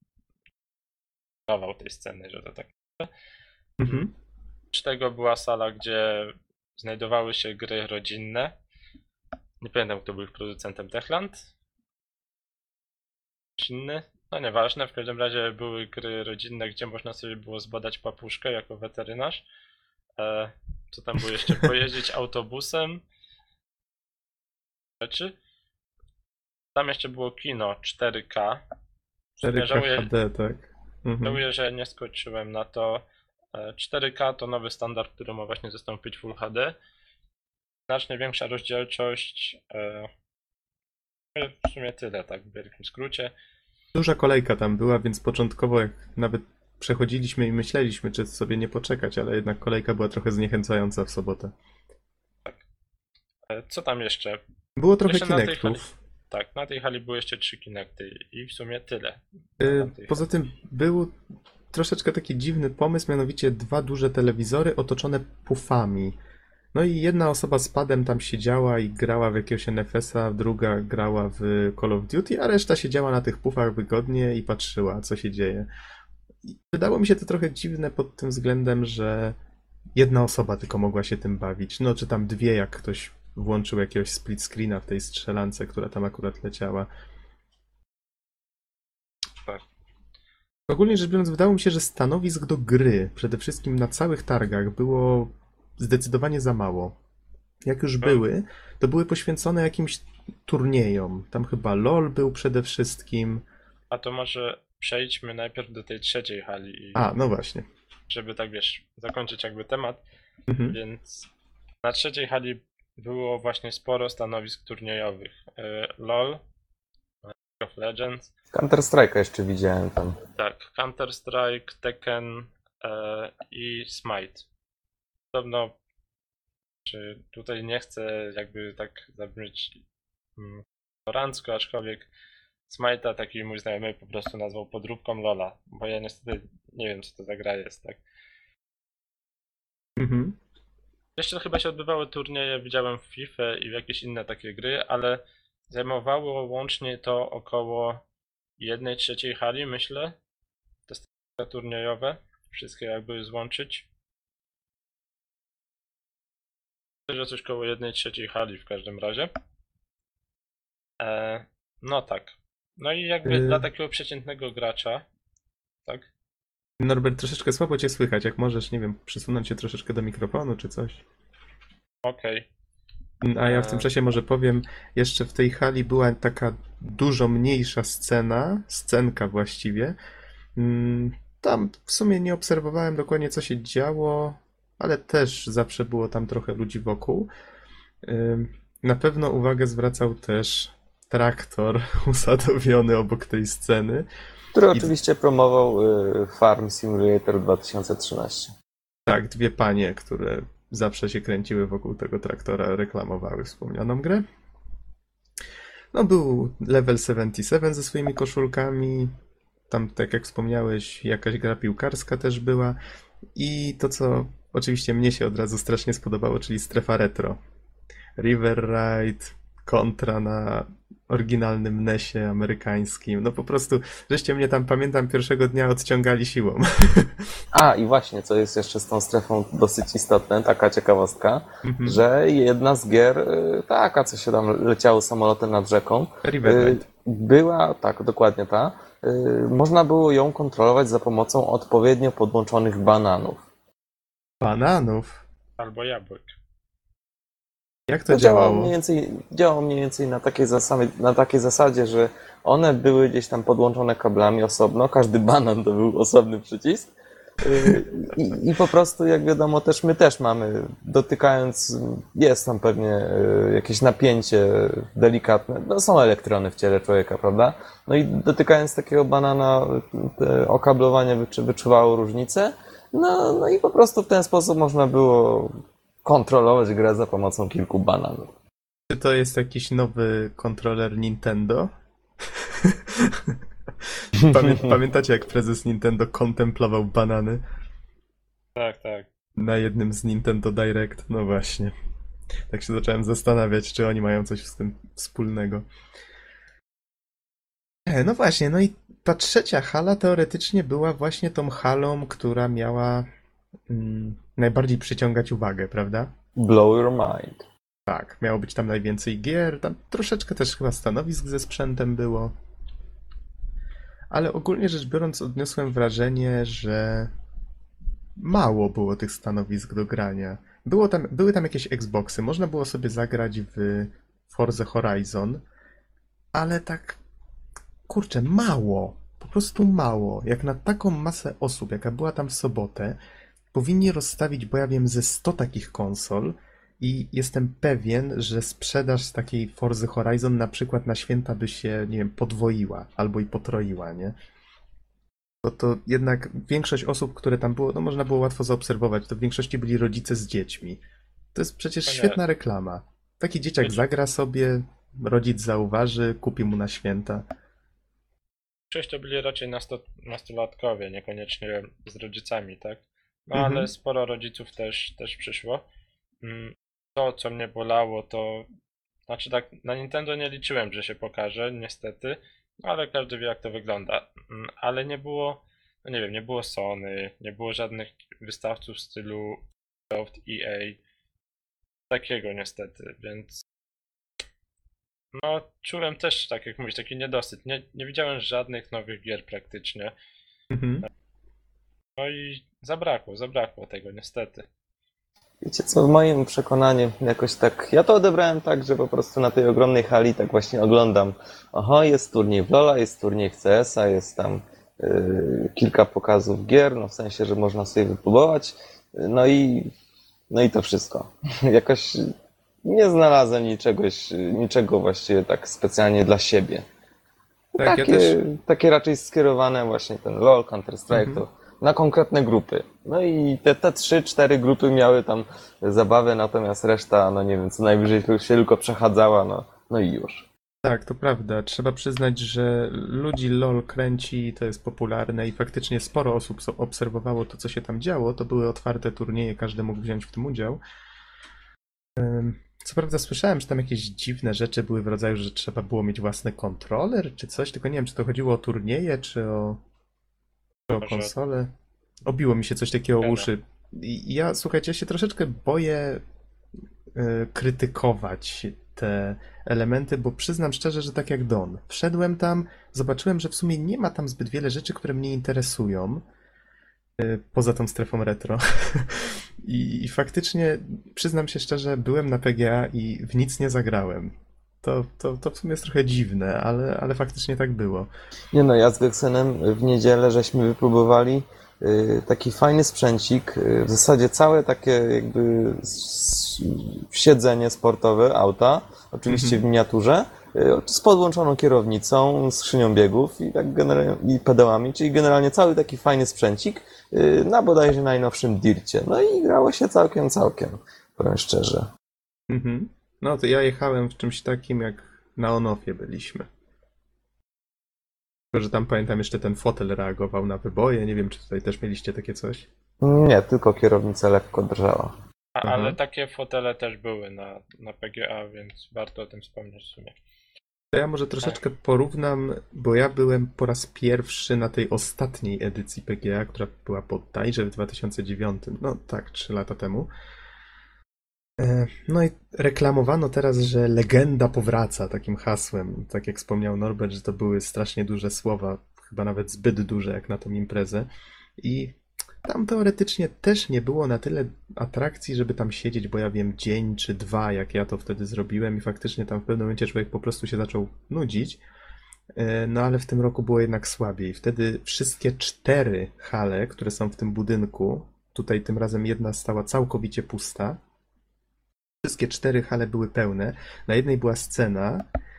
tej sceny, że to tak. Mhm. Z tego była sala, gdzie znajdowały się gry rodzinne. Nie pamiętam, kto był ich producentem, Techland? Ktoś inny? No nieważne, w każdym razie były gry rodzinne, gdzie można sobie było zbadać papuszkę jako weterynarz. Co tam było jeszcze? Pojeździć autobusem. Rzeczy. Tam jeszcze było kino 4K. 4K Żałuję, HD, tak. Mhm. żałuję, że nie skoczyłem na to. 4K to nowy standard, który ma właśnie zastąpić Full HD. Znacznie większa rozdzielczość. W sumie tyle, tak w wielkim skrócie. Duża kolejka tam była, więc początkowo jak nawet przechodziliśmy i myśleliśmy, czy sobie nie poczekać, ale jednak kolejka była trochę zniechęcająca w sobotę. Co tam jeszcze? Było trochę Jeszcze na tej Kinectów. Tak, na tej hali były jeszcze 3 Kinecty i w sumie tyle. Poza tym był troszeczkę taki dziwny pomysł, mianowicie 2 duże telewizory otoczone pufami. No i jedna osoba z padem tam siedziała i grała w jakiegoś NFS-a, druga grała w Call of Duty, a reszta siedziała na tych pufach wygodnie i patrzyła, co się dzieje. I wydało mi się to trochę dziwne pod tym względem, że jedna osoba tylko mogła się tym bawić. No, czy tam 2, jak ktoś włączył jakiegoś split screena w tej strzelance, która tam akurat leciała. Tak. Ogólnie rzecz biorąc, wydało mi się, że stanowisk do gry, przede wszystkim na całych targach, było zdecydowanie za mało. Jak już były, to były poświęcone jakimś turniejom. Tam chyba LOL był przede wszystkim. A to może przejdźmy najpierw do tej trzeciej hali, A, no właśnie. żeby tak wiesz, zakończyć jakby temat. Mhm. Więc na trzeciej hali było właśnie sporo stanowisk turniejowych. LOL, League of Legends, Counter-Strike'a jeszcze widziałem tam. tak, Counter-Strike, Tekken i Smite. Podobno, czy tutaj nie chcę jakby tak zabrzmieć ignorancko, aczkolwiek Smite'a taki mój znajomy po prostu nazwał podróbką LOLa, bo ja niestety nie wiem, co to za gra jest, tak. Mhm. Jeszcze chyba się odbywały turnieje, widziałem w FIFA i w jakieś inne takie gry, ale zajmowało łącznie to około 1/3 hali, myślę. Te stanowiska turniejowe, wszystkie jakby złączyć. Myślę, że coś koło 1/3 hali w każdym razie. No tak. No i jakby dla takiego przeciętnego gracza, tak? Norbert, troszeczkę słabo cię słychać. Jak możesz, nie wiem, przysunąć się troszeczkę do mikrofonu czy coś. Okej. A ja w tym czasie może powiem, jeszcze w tej hali była taka dużo mniejsza scenka właściwie. Tam w sumie nie obserwowałem dokładnie, co się działo, ale też zawsze było tam trochę ludzi wokół. Na pewno uwagę zwracał też traktor usadowiony obok tej sceny. Który oczywiście promował Farm Simulator 2013. Tak, dwie panie, które zawsze się kręciły wokół tego traktora, reklamowały wspomnianą grę. No był Level 77 ze swoimi koszulkami. Tam, tak jak wspomniałeś, jakaś gra piłkarska też była. I to, co oczywiście mnie się od razu strasznie spodobało, czyli strefa retro. River Ride, Contra na oryginalnym NES-ie amerykańskim. No po prostu, żeście mnie tam, pamiętam, pierwszego dnia odciągali siłą. A, i właśnie, co jest jeszcze z tą strefą dosyć istotne, taka ciekawostka, że jedna z gier, taka, co się tam leciało samolotem nad rzeką, River Ride. była, tak, dokładnie ta, można było ją kontrolować za pomocą odpowiednio podłączonych bananów. Bananów? Albo jabłek. Jak to Działało działało? mniej więcej na takiej zasadzie, że one były gdzieś tam podłączone kablami osobno, każdy banan to był osobny przycisk. I po prostu, jak wiadomo, my też mamy, dotykając, jest tam pewnie jakieś napięcie delikatne, no są elektrony w ciele człowieka, prawda? No i dotykając takiego banana, okablowanie wyczuwało różnicę, no i po prostu w ten sposób można było kontrolować grę za pomocą kilku bananów. Czy to jest jakiś nowy kontroler Nintendo? Pamiętacie, jak prezes Nintendo kontemplował banany Tak, tak. na jednym z Nintendo Direct? No właśnie. Tak się zacząłem zastanawiać, czy oni mają coś z tym wspólnego. No właśnie, no i ta trzecia hala teoretycznie była właśnie tą halą, która miała najbardziej przyciągać uwagę, prawda? Blow your mind. Tak, miało być tam najwięcej gier, tam troszeczkę też chyba stanowisk ze sprzętem było. Ale ogólnie rzecz biorąc odniosłem wrażenie, że mało było tych stanowisk do grania. Były tam jakieś Xboxy, można było sobie zagrać w Forza Horizon, ale tak, kurczę, mało. Po prostu mało. Jak na taką masę osób, jaka była tam w sobotę, powinni rozstawić, bo ja wiem, ze 100 takich konsol i jestem pewien, że sprzedaż z takiej Forzy Horizon na przykład na święta by się, nie wiem, podwoiła albo i potroiła, nie? Bo to jednak większość osób, które tam było, no można było łatwo zaobserwować, to w większości byli rodzice z dziećmi. To jest przecież świetna reklama. Taki dzieciak zagra sobie, rodzic zauważy, kupi mu na święta. Część to byli raczej nastolatkowie, niekoniecznie z rodzicami, tak? No ale sporo rodziców też przyszło. To, co mnie bolało, to znaczy tak, na Nintendo nie liczyłem, że się pokaże, niestety, no ale każdy wie, jak to wygląda. Ale nie było, no nie wiem, nie było Sony, nie było żadnych wystawców w stylu Ubisoft, EA, takiego niestety, więc no czułem też, tak jak mówisz, taki niedosyt. Nie widziałem żadnych nowych gier praktycznie. No i zabrakło tego niestety. Wiecie co, w moim przekonaniu jakoś tak, ja to odebrałem tak, że po prostu na tej ogromnej hali tak właśnie oglądam. Oho, jest turniej w LoL'a, jest turniej w CS-a, jest tam kilka pokazów gier, no w sensie, że można sobie wypróbować, no i to wszystko. Jakoś nie znalazłem niczego właściwie tak specjalnie dla siebie. Tak, Takie raczej skierowane właśnie ten LoL, Counter-Strike, to na konkretne grupy. No i te 3-4 grupy miały tam zabawę, natomiast reszta, no nie wiem, co najwyżej się tylko przechadzała, no i już. Tak, to prawda. Trzeba przyznać, że ludzi LoL kręci, to jest popularne i faktycznie sporo osób obserwowało to, co się tam działo. To były otwarte turnieje, każdy mógł wziąć w tym udział. Co prawda słyszałem, że tam jakieś dziwne rzeczy były w rodzaju, że trzeba było mieć własny kontroler czy coś, tylko nie wiem, czy to chodziło o turnieje, czy o konsolę. Obiło mi się coś takiego o uszy. I ja, słuchajcie, ja się troszeczkę boję krytykować te elementy, bo przyznam szczerze, że tak jak Don. Wszedłem tam, zobaczyłem, że w sumie nie ma tam zbyt wiele rzeczy, które mnie interesują, poza tą strefą retro. I faktycznie, przyznam się szczerze, byłem na PGA i w nic nie zagrałem. To w sumie jest trochę dziwne, ale faktycznie tak było. Nie no, ja z Geksenem w niedzielę żeśmy wypróbowali taki fajny sprzęcik, w zasadzie całe takie jakby siedzenie sportowe auta, oczywiście w miniaturze, z podłączoną kierownicą, skrzynią biegów i tak i pedałami, czyli generalnie cały taki fajny sprzęcik na bodajże najnowszym Dircie. No i grało się całkiem, powiem szczerze. Mhm. No to ja jechałem w czymś takim, jak na On-Offie byliśmy. Tylko, że tam pamiętam jeszcze ten fotel reagował na wyboje. Nie wiem, czy tutaj też mieliście takie coś. Nie, tylko kierownica lekko drżała. Ale Aha. takie fotele też były na PGA, więc warto o tym wspomnieć w sumie. To ja może troszeczkę porównam, bo ja byłem po raz pierwszy na tej ostatniej edycji PGA, która była bodajże w 2009. No tak, 3 lata temu. No i reklamowano teraz, że legenda powraca takim hasłem. Tak jak wspomniał Norbert, że to były strasznie duże słowa, chyba nawet zbyt duże jak na tą imprezę. I tam teoretycznie też nie było na tyle atrakcji, żeby tam siedzieć, bo ja wiem, dzień czy dwa, jak ja to wtedy zrobiłem i faktycznie tam w pewnym momencie człowiek po prostu się zaczął nudzić. No ale w tym roku było jednak słabiej. Wtedy wszystkie 4 hale, które są w tym budynku, tutaj tym razem jedna stała całkowicie pusta. Wszystkie 4 hale były pełne. Na jednej była scena.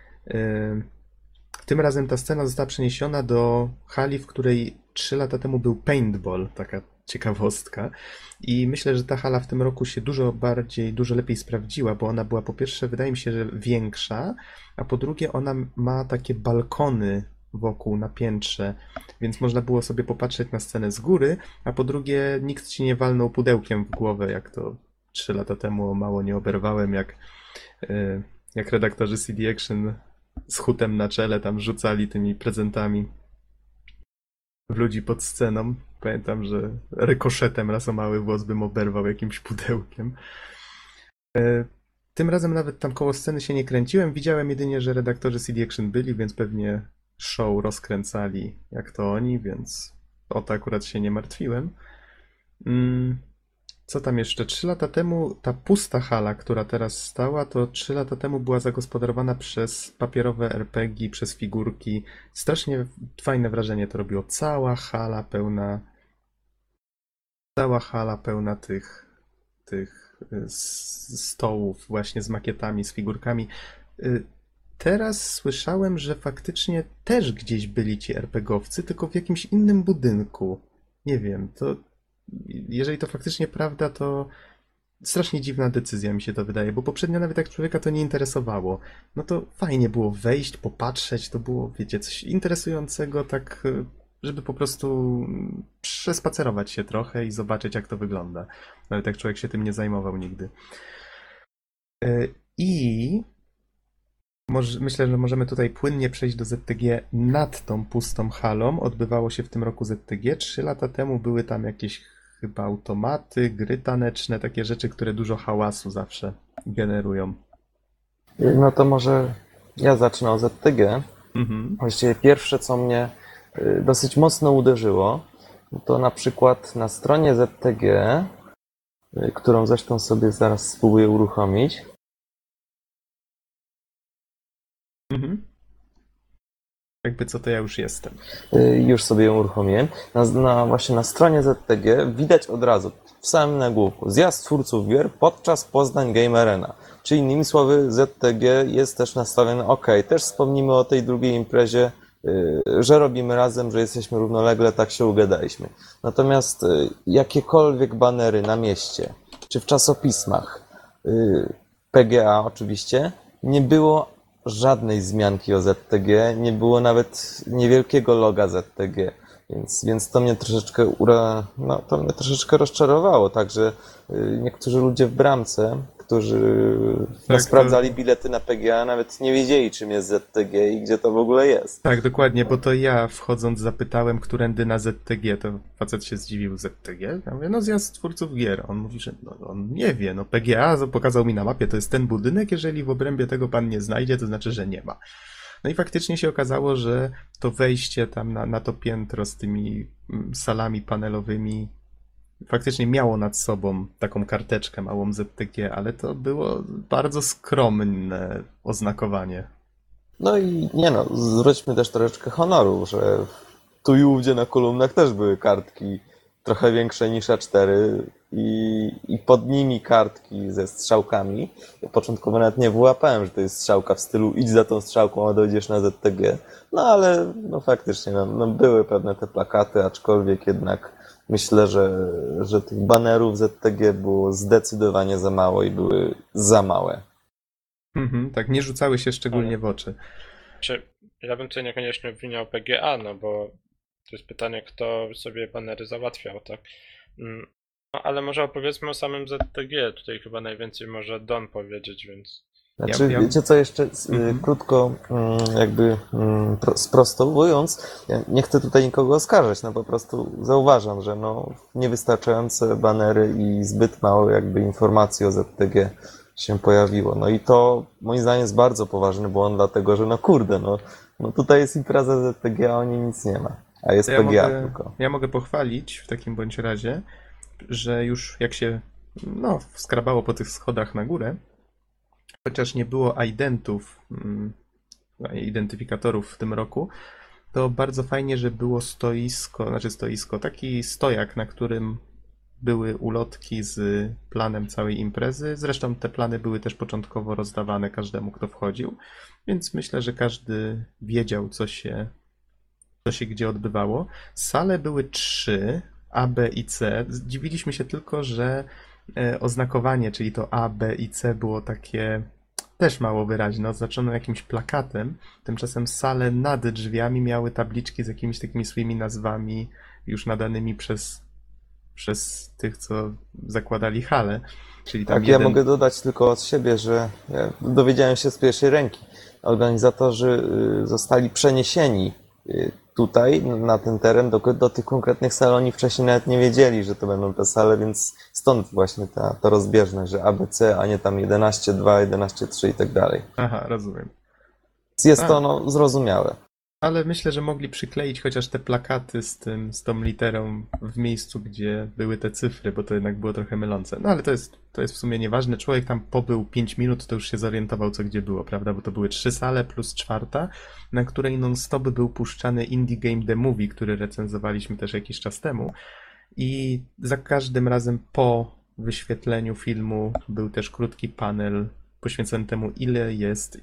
Tym razem ta scena została przeniesiona do hali, w której 3 lata temu był paintball, taka ciekawostka. I myślę, że ta hala w tym roku się dużo lepiej sprawdziła, bo ona była po pierwsze, wydaje mi się, że większa, a po drugie ona ma takie balkony wokół na piętrze, więc można było sobie popatrzeć na scenę z góry, a po drugie nikt ci nie walnął pudełkiem w głowę, jak to 3 lata temu mało nie oberwałem, jak redaktorzy CD Action z hutem na czele tam rzucali tymi prezentami w ludzi pod sceną. Pamiętam, że rykoszetem raz o mały włos bym oberwał jakimś pudełkiem. Tym razem nawet tam koło sceny się nie kręciłem. Widziałem jedynie, że redaktorzy CD Action byli, więc pewnie show rozkręcali jak to oni, więc o to akurat się nie martwiłem. Co tam jeszcze? 3 lata temu ta pusta hala, która teraz stała, to 3 lata temu była zagospodarowana przez papierowe RPG, przez figurki. Strasznie fajne wrażenie to robiło. Cała hala pełna tych stołów właśnie z makietami, z figurkami. Teraz słyszałem, że faktycznie też gdzieś byli ci RPGowcy, tylko w jakimś innym budynku. Nie wiem, to jeżeli to faktycznie prawda, to strasznie dziwna decyzja mi się to wydaje, bo poprzednio nawet jak człowieka to nie interesowało. No to fajnie było wejść, popatrzeć, to było, wiecie, coś interesującego, tak żeby po prostu przespacerować się trochę i zobaczyć jak to wygląda. Nawet jak człowiek się tym nie zajmował nigdy. I myślę, że możemy tutaj płynnie przejść do ZTG nad tą pustą halą. Odbywało się w tym roku ZTG. 3 lata temu były tam jakieś chyba automaty, gry taneczne, takie rzeczy, które dużo hałasu zawsze generują. No to może ja zacznę o ZTG. Mhm. Właściwie pierwsze, co mnie dosyć mocno uderzyło, to na przykład na stronie ZTG, którą zresztą sobie zaraz spróbuję uruchomić. Mhm. Jakby co, to ja już jestem. Już sobie ją uruchomiłem. Właśnie na stronie ZTG widać od razu, w samym nagłówku, zjazd twórców gier podczas Poznań Game Arena. Czyli innymi słowy, ZTG jest też nastawiony, też wspomnimy o tej drugiej imprezie, że robimy razem, że jesteśmy równolegle, tak się ugadaliśmy. Natomiast jakiekolwiek banery na mieście, czy w czasopismach, PGA oczywiście, nie było żadnej wzmianki o ZTG, nie było nawet niewielkiego loga ZTG, więc to mnie troszeczkę rozczarowało, także niektórzy ludzie w bramce, którzy Tak, sprawdzali bilety na PGA, nawet nie wiedzieli, czym jest ZTG i gdzie to w ogóle jest. Tak, dokładnie, bo to ja wchodząc zapytałem, którędy na ZTG, to facet się zdziwił, ZTG? Ja mówię, no zjazd twórców gier. On mówi, że on nie wie, PGA pokazał mi na mapie, to jest ten budynek, jeżeli w obrębie tego pan nie znajdzie, to znaczy, że nie ma. No i faktycznie się okazało, że to wejście tam na to piętro z tymi salami panelowymi faktycznie miało nad sobą taką karteczkę małą ZTG, ale to było bardzo skromne oznakowanie. No i nie no, zwróćmy też troszeczkę honoru, że tu i ówdzie na kolumnach też były kartki trochę większe niż A4 i pod nimi kartki ze strzałkami. Ja początkowo nawet nie wyłapałem, że to jest strzałka w stylu idź za tą strzałką, a dojdziesz na ZTG. No ale no faktycznie no były pewne te plakaty, aczkolwiek jednak myślę, że tych banerów ZTG było zdecydowanie za mało i były za małe. Tak, nie rzucały się szczególnie w oczy. Ja bym tutaj niekoniecznie obwiniał PGA, no bo to jest pytanie, kto sobie banery załatwiał, tak? No ale może opowiedzmy o samym ZTG, tutaj chyba najwięcej może Don powiedzieć, więc... Znaczy, wiecie co jeszcze krótko jakby sprostowując, ja nie chcę tutaj nikogo oskarżać, no po prostu zauważam, że no niewystarczające banery i zbyt mało jakby informacji o ZTG się pojawiło. No i to moim zdaniem jest bardzo poważny błąd, dlatego że no kurde, no tutaj jest impreza ZTG, a o niej nic nie ma, a jest PGA tylko. Ja mogę pochwalić w takim bądź razie, że już jak się skrabało po tych schodach na górę, chociaż nie było identyfikatorów w tym roku, to bardzo fajnie, że było taki stojak, na którym były ulotki z planem całej imprezy. Zresztą te plany były też początkowo rozdawane każdemu, kto wchodził, więc myślę, że każdy wiedział, co się gdzie odbywało. Sale były 3, A, B i C. Zdziwiliśmy się tylko, że oznakowanie, czyli to A, B i C było takie też mało wyraźne, oznaczono jakimś plakatem. Tymczasem sale nad drzwiami miały tabliczki z jakimiś takimi swoimi nazwami już nadanymi przez tych, co zakładali halę. Czyli tam Tak, ja mogę dodać tylko od siebie, że ja dowiedziałem się z pierwszej ręki. Organizatorzy zostali przeniesieni tutaj, na ten teren, do tych konkretnych sal. Oni wcześniej nawet nie wiedzieli, że to będą te sale, więc stąd właśnie ta rozbieżność, że ABC, a nie tam 11.2, 11.3 i tak dalej. Aha, rozumiem. Jest to zrozumiałe. Ale myślę, że mogli przykleić chociaż te plakaty z tą literą w miejscu, gdzie były te cyfry, bo to jednak było trochę mylące. No ale to jest w sumie nieważne. Człowiek tam pobył 5 minut, to już się zorientował, co gdzie było, prawda? Bo to były 3 sale plus 4, na której non-stop był puszczany Indie Game The Movie, który recenzowaliśmy też jakiś czas temu. I za każdym razem po wyświetleniu filmu był też krótki panel poświęcony temu, ile jest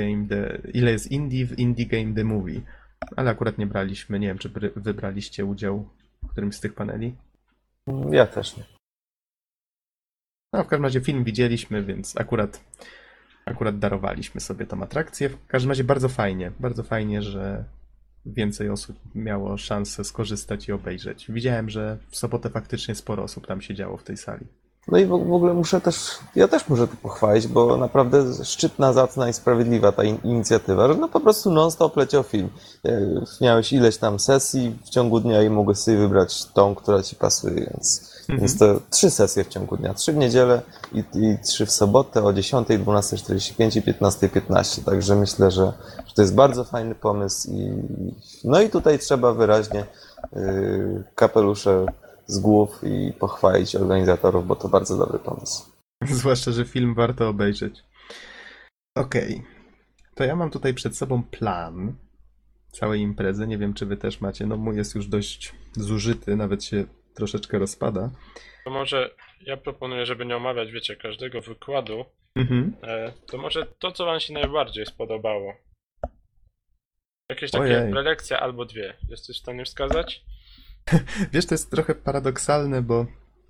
indie w Indie Game The Movie. Ale akurat nie braliśmy, nie wiem, czy wy braliście udział w którymś z tych paneli? Ja też nie. No, w każdym razie film widzieliśmy, więc akurat darowaliśmy sobie tą atrakcję. W każdym razie bardzo fajnie, że więcej osób miało szansę skorzystać i obejrzeć. Widziałem, że w sobotę faktycznie sporo osób tam siedziało w tej sali. No i w ogóle ja też muszę to pochwalić, bo naprawdę szczytna, zacna i sprawiedliwa ta inicjatywa, że no po prostu non-stop leciał film. Miałeś ileś tam sesji w ciągu dnia i mogłeś sobie wybrać tą, która ci pasuje, więc to 3 sesje w ciągu dnia, 3 w niedzielę i 3 w sobotę o 10, 12:45 i 15:15, także myślę, że to jest bardzo fajny pomysł no i tutaj trzeba wyraźnie kapelusze z głów i pochwalić organizatorów, bo to bardzo dobry pomysł. Zwłaszcza, że film warto obejrzeć. Okej. To ja mam tutaj przed sobą plan całej imprezy. Nie wiem, czy wy też macie. No mój jest już dość zużyty, nawet się troszeczkę rozpada. To może ja proponuję, żeby nie omawiać, wiecie, każdego wykładu, to może to, co wam się najbardziej spodobało. Jakieś takie prelekcja albo 2. Jesteś w stanie wskazać? Wiesz, to jest trochę paradoksalne, bo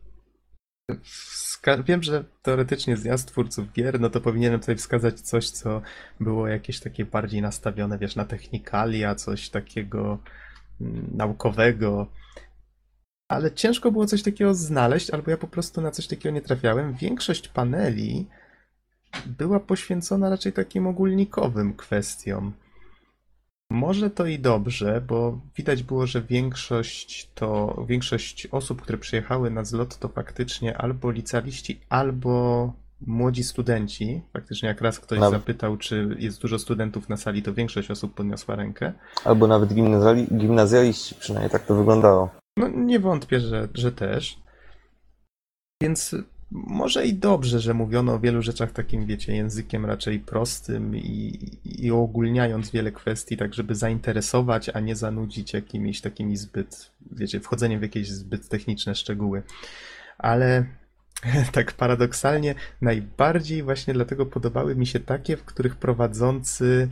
wiem, że teoretycznie zjazd twórców gier, no to powinienem tutaj wskazać coś, co było jakieś takie bardziej nastawione, wiesz, na technikalia, coś takiego naukowego, ale ciężko było coś takiego znaleźć, albo ja po prostu na coś takiego nie trafiałem. Większość paneli była poświęcona raczej takim ogólnikowym kwestiom. Może to i dobrze, bo widać było, że większość osób, które przyjechały na zlot, to faktycznie albo licealiści, albo młodzi studenci. Faktycznie jak raz ktoś zapytał, czy jest dużo studentów na sali, to większość osób podniosła rękę. Albo nawet gimnazjaliści, przynajmniej tak to wyglądało. No nie wątpię, że też. Więc może i dobrze, że mówiono o wielu rzeczach takim, wiecie, językiem raczej prostym i uogólniając wiele kwestii, tak żeby zainteresować, a nie zanudzić jakimiś takimi zbyt, wiecie, wchodzeniem w jakieś zbyt techniczne szczegóły. Ale tak paradoksalnie najbardziej właśnie dlatego podobały mi się takie, w których prowadzący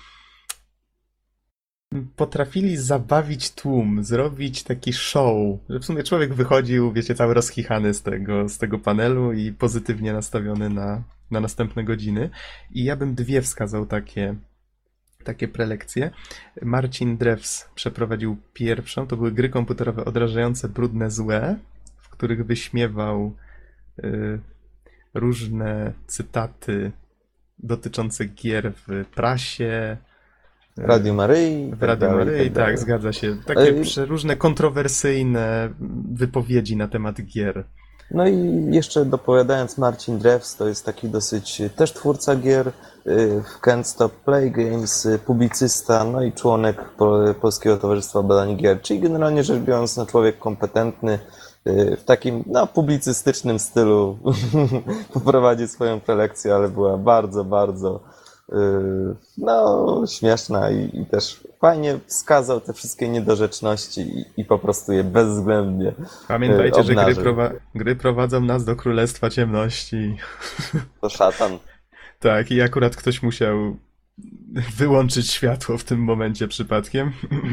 potrafili zabawić tłum, zrobić taki show, że w sumie człowiek wychodził, wiecie, cały rozchichany z tego panelu i pozytywnie nastawiony na następne godziny. I ja bym dwie wskazał takie prelekcje. Marcin Drews przeprowadził pierwszą, to były gry komputerowe odrażające, brudne, złe, w których wyśmiewał różne cytaty dotyczące gier w prasie, Radio Maryi. w Radiu Maryi, tak, zgadza się. Takie Ej. różne kontrowersyjne wypowiedzi na temat gier. No i jeszcze dopowiadając, Marcin Drews to jest taki dosyć też twórca gier w Can't Stop Play Games, publicysta, no i członek Polskiego Towarzystwa Badań Gier, czyli generalnie rzecz biorąc, no człowiek kompetentny w takim publicystycznym stylu poprowadzi swoją prelekcję, ale była bardzo, bardzo śmieszna i też fajnie wskazał te wszystkie niedorzeczności i po prostu je bezwzględnie Pamiętajcie, że obnażył. gry prowadzą nas do Królestwa Ciemności. To szatan. Tak, i akurat ktoś musiał wyłączyć światło w tym momencie przypadkiem.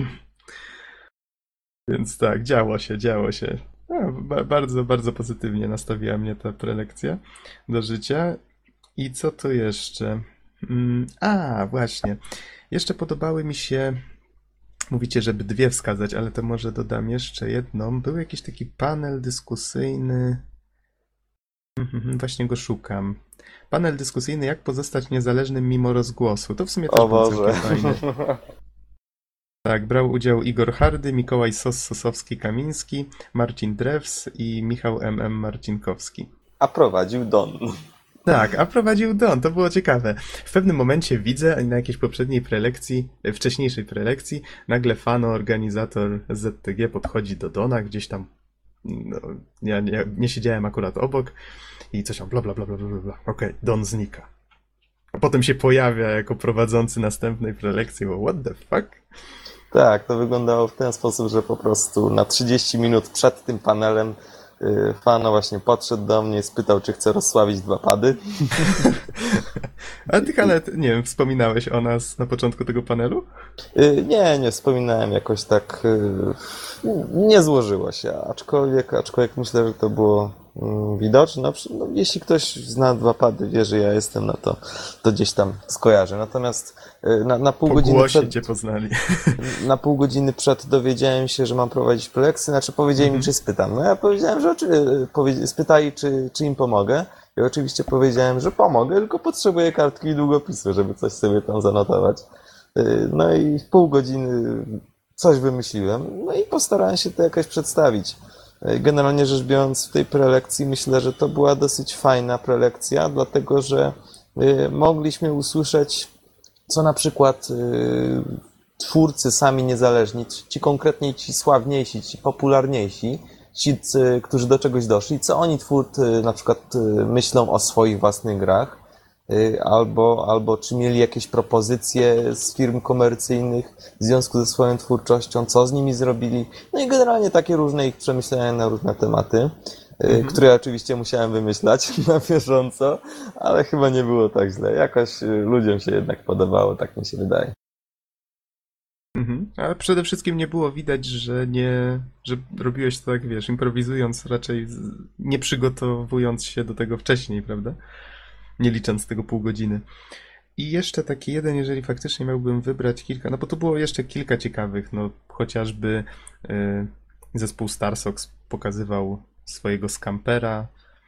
Więc tak, działo się. Bardzo, bardzo pozytywnie nastawiła mnie ta prelekcja do życia. I co tu jeszcze? Właśnie. Jeszcze podobały mi się, mówicie, żeby dwie wskazać, ale to może dodam jeszcze jedną. Był jakiś taki panel dyskusyjny. Właśnie go szukam. Panel dyskusyjny, jak pozostać niezależnym mimo rozgłosu. To w sumie też O był Boże. całkiem fajny. Tak, brał udział Igor Hardy, Mikołaj Sosowski-Kamiński, Marcin Drews i Michał Marcinkowski. A prowadził Don. Tak, a prowadził Don, to było ciekawe. W pewnym momencie widzę na jakiejś poprzedniej prelekcji, wcześniejszej prelekcji, nagle organizator ZTG podchodzi do Dona, gdzieś tam, no, ja nie siedziałem akurat obok i coś tam bla bla bla bla bla bla. Okej, Don znika. A potem się pojawia jako prowadzący następnej prelekcji, bo what the fuck? Tak, to wyglądało w ten sposób, że po prostu na 30 minut przed tym panelem Fano właśnie podszedł do mnie i spytał, czy chcę rozsławić 2 pady. A ty, Hanet, nie wiem, wspominałeś o nas na początku tego panelu? Nie wspominałem jakoś tak, nie złożyło się, aczkolwiek myślę, że to było widoczne. No, jeśli ktoś zna 2 pady, wie, że ja jestem, no to gdzieś tam skojarzę. Natomiast na pół Po godziny głosie przed, cię poznali. na pół godziny przed dowiedziałem się, że mam prowadzić prelekcję, znaczy powiedzieli mi, czy spytam. No ja powiedziałem, że spytali, czy im pomogę. I oczywiście powiedziałem, że pomogę, tylko potrzebuję kartki i długopisu, żeby coś sobie tam zanotować. No i w pół godziny coś wymyśliłem, no i postarałem się to jakoś przedstawić. Generalnie rzecz biorąc, w tej prelekcji myślę, że to była dosyć fajna prelekcja, dlatego że mogliśmy usłyszeć, co na przykład twórcy sami niezależni, ci konkretnie ci sławniejsi, ci popularniejsi, ci, którzy do czegoś doszli, co oni twórcy na przykład myślą o swoich własnych grach, albo czy mieli jakieś propozycje z firm komercyjnych w związku ze swoją twórczością, co z nimi zrobili, no i generalnie takie różne ich przemyślenia na różne tematy, które oczywiście musiałem wymyślać na bieżąco, ale chyba nie było tak źle. Jakoś ludziom się jednak podobało, tak mi się wydaje. Ale przede wszystkim nie było widać, że robiłeś to tak, wiesz, improwizując, raczej nie przygotowując się do tego wcześniej, prawda? Nie licząc tego pół godziny. I jeszcze taki jeden, jeżeli faktycznie miałbym wybrać kilka, no bo to było jeszcze kilka ciekawych, no chociażby zespół Starsox pokazywał swojego skampera,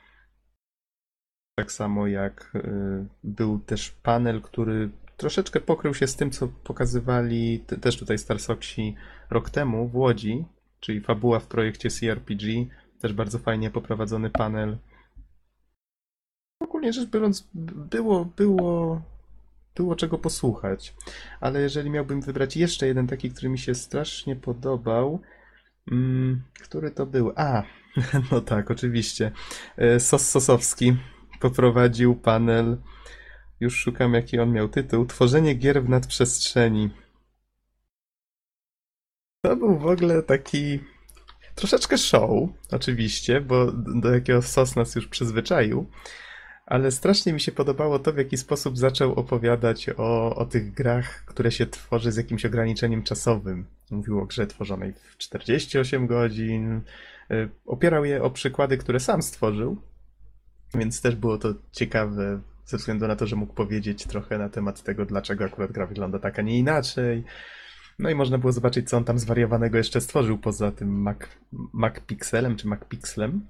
tak samo jak był też panel, który troszeczkę pokrył się z tym, co pokazywali też tutaj Starsoxi rok temu w Łodzi, czyli fabuła w projekcie CRPG, też bardzo fajnie poprowadzony panel. Ogólnie rzecz biorąc, było czego posłuchać, ale jeżeli miałbym wybrać jeszcze jeden taki, który mi się strasznie podobał, który to był? No tak, oczywiście. Sos Sosowski poprowadził panel, już szukam jaki on miał tytuł, Tworzenie gier w nadprzestrzeni. To był w ogóle taki troszeczkę show, oczywiście, bo do jakiego Sos nas już przyzwyczaił, ale strasznie mi się podobało to, w jaki sposób zaczął opowiadać o tych grach, które się tworzy z jakimś ograniczeniem czasowym. Mówił o grze tworzonej w 48 godzin, opierał je o przykłady, które sam stworzył, więc też było to ciekawe ze względu na to, że mógł powiedzieć trochę na temat tego, dlaczego akurat gra wygląda tak, a nie inaczej. No i można było zobaczyć, co on tam zwariowanego jeszcze stworzył poza tym Mac Pixelem czy Mac Pixlem.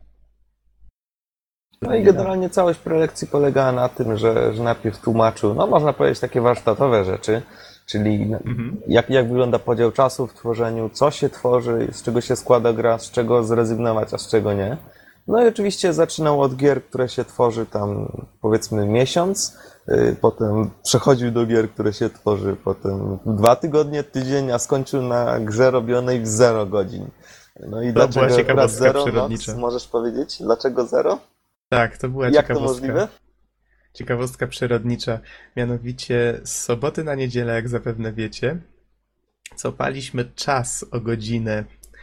No i generalnie całość prelekcji polegała na tym, że najpierw tłumaczył, no można powiedzieć takie warsztatowe rzeczy, czyli jak wygląda podział czasu w tworzeniu, co się tworzy, z czego się składa gra, z czego zrezygnować, a z czego nie. No i oczywiście zaczynał od gier, które się tworzy tam powiedzmy miesiąc, potem przechodził do gier, które się tworzy potem 2 tygodnie, tydzień, a skończył na grze robionej w 0 godzin. No i To była dlaczego akurat ciekawostka 0? przyrodnicza. Noc, możesz powiedzieć? Dlaczego 0? Tak, to była Jak to ciekawostka. możliwe? Ciekawostka przyrodnicza. Mianowicie z soboty na niedzielę, jak zapewne wiecie, cofaliśmy czas o godzinę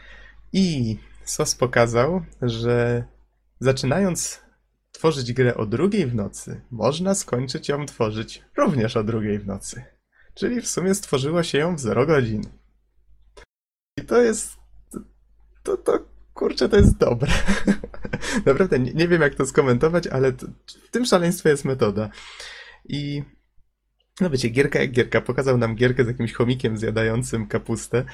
i SOS pokazał, że zaczynając tworzyć grę o 2 w nocy, można skończyć ją tworzyć również o 2 w nocy. Czyli w sumie stworzyło się ją w 0 godzin. I to jest... Kurczę, to jest dobre. Naprawdę nie wiem, jak to skomentować, ale w tym szaleństwie jest metoda. I no wiecie, gierka jak gierka. Pokazał nam gierkę z jakimś chomikiem zjadającym kapustę.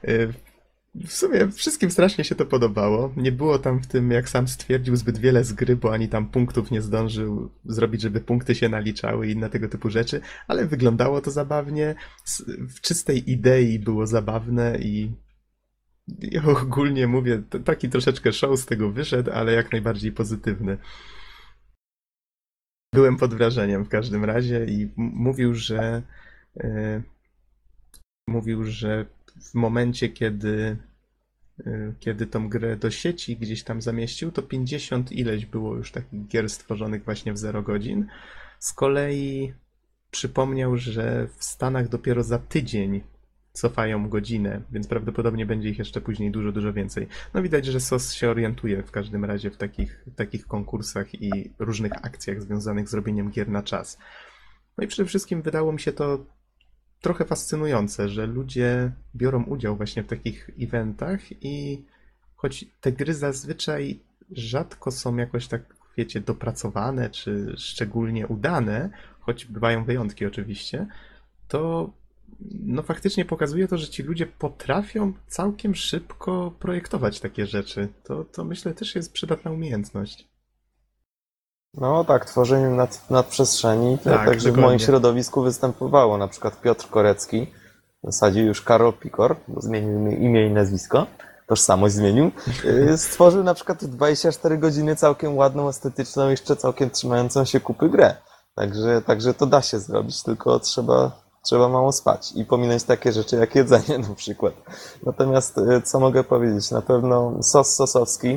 W sumie wszystkim strasznie się to podobało. Nie było tam w tym, jak sam stwierdził, zbyt wiele z gry, bo ani tam punktów nie zdążył zrobić, żeby punkty się naliczały i inne tego typu rzeczy, ale wyglądało to zabawnie. W czystej idei było zabawne i ja ogólnie mówię, taki troszeczkę show z tego wyszedł, ale jak najbardziej pozytywny. Byłem pod wrażeniem w każdym razie i mówił, że w momencie, kiedy tą grę do sieci gdzieś tam zamieścił, to 50 ileś było już takich gier stworzonych właśnie w 0 godzin. Z kolei przypomniał, że w Stanach dopiero za tydzień cofają godzinę, więc prawdopodobnie będzie ich jeszcze później dużo, dużo więcej. No widać, że SOS się orientuje w każdym razie w takich konkursach i różnych akcjach związanych z robieniem gier na czas. No i przede wszystkim wydało mi się to trochę fascynujące, że ludzie biorą udział właśnie w takich eventach i choć te gry zazwyczaj rzadko są jakoś tak, wiecie, dopracowane czy szczególnie udane, choć bywają wyjątki oczywiście, to no faktycznie pokazuje to, że ci ludzie potrafią całkiem szybko projektować takie rzeczy. To myślę też jest przydatna umiejętność. No tak, tworzenie nadprzestrzeni. Tak, Także w dokładnie. moim środowisku występowało na przykład Piotr Korecki, w zasadzie już Karol Pikor, bo zmienił imię i nazwisko, tożsamość zmienił. Stworzył na przykład w 24 godziny całkiem ładną, estetyczną, jeszcze całkiem trzymającą się kupy grę. Także to da się zrobić, tylko trzeba mało spać i pominąć takie rzeczy jak jedzenie na przykład. Natomiast co mogę powiedzieć? Na pewno Sos Sosowski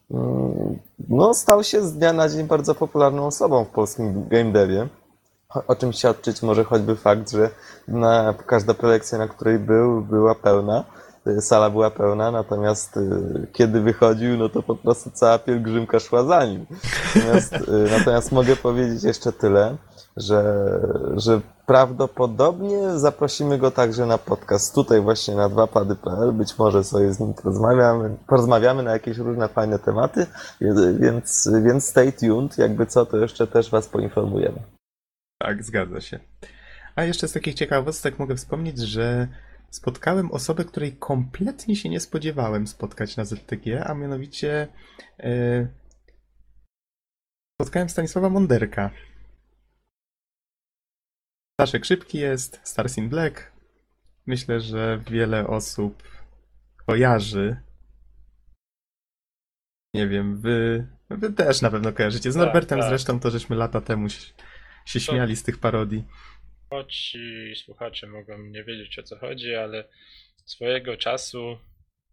no, stał się z dnia na dzień bardzo popularną osobą w polskim game devie. O czym świadczyć może choćby fakt, że każda prelekcja, na której była pełna, sala była pełna, natomiast kiedy wychodził, no to po prostu cała pielgrzymka szła za nim. Natomiast mogę powiedzieć jeszcze tyle, że prawdopodobnie zaprosimy go także na podcast tutaj właśnie na dwapady.pl. Być może sobie z nim porozmawiamy na jakieś różne fajne tematy, więc stay tuned, jakby co, to jeszcze też was poinformujemy. Tak, zgadza się. A jeszcze z takich ciekawostek mogę wspomnieć, że spotkałem osobę, której kompletnie się nie spodziewałem spotkać na ZTG, a mianowicie spotkałem Stanisława Monderka. Staszek Szybki jest, Stars in Black. Myślę, że wiele osób kojarzy. Nie wiem, wy też na pewno kojarzycie. Z Tak, Norbertem tak. zresztą to żeśmy lata temu się śmiali z tych parodii. Choć słuchacze mogą nie wiedzieć, o co chodzi, ale swojego czasu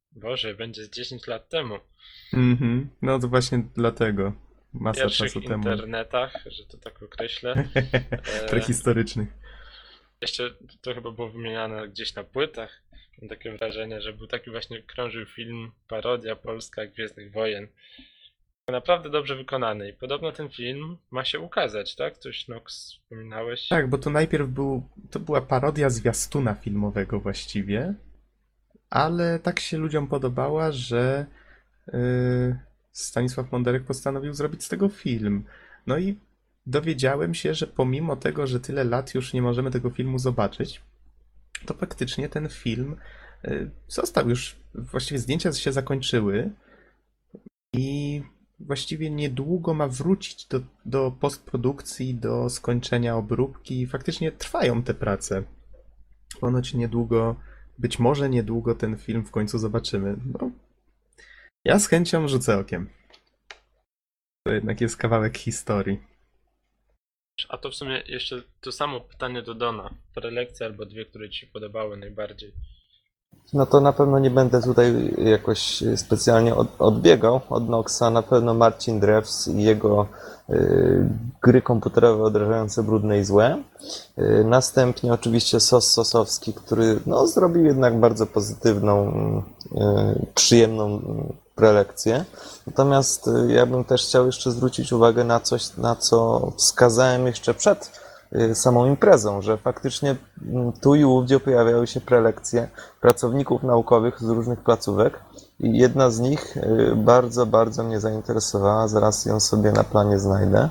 Boże, będzie z 10 lat temu. No to właśnie dlatego. W Masa pierwszych czasu temu. internetach, że to tak określę. Prehistorycznych. Jeszcze to chyba było wymieniane gdzieś na płytach. Mam takie wrażenie, że był taki właśnie krążył film, parodia polska Gwiezdnych Wojen. Naprawdę dobrze wykonany i podobno ten film ma się ukazać, tak? Coś Nox wspominałeś? Tak, bo to najpierw to była parodia zwiastuna filmowego właściwie, ale tak się ludziom podobała, że Stanisław Monderek postanowił zrobić z tego film. No i dowiedziałem się, że pomimo tego, że tyle lat już nie możemy tego filmu zobaczyć, to faktycznie ten film został już, właściwie zdjęcia się zakończyły i właściwie niedługo ma wrócić do postprodukcji, do skończenia obróbki. Faktycznie trwają te prace. Ponoć niedługo, być może niedługo ten film w końcu zobaczymy. No, ja z chęcią rzucę okiem. To jednak jest kawałek historii. A to w sumie jeszcze to samo pytanie do Dona. Prelekcja albo dwie, które ci się podobały najbardziej. No to na pewno nie będę tutaj jakoś specjalnie odbiegał od Noxa. Na pewno Marcin Drews i jego gry komputerowe odrażające brudne i złe. Następnie oczywiście Sos Sosowski, który no, zrobił jednak bardzo pozytywną, przyjemną prelekcję. Natomiast ja bym też chciał jeszcze zwrócić uwagę na coś, na co wskazałem jeszcze przed samą imprezą, że faktycznie tu i ówdzie pojawiały się prelekcje pracowników naukowych z różnych placówek i jedna z nich bardzo, bardzo mnie zainteresowała, zaraz ją sobie na planie znajdę.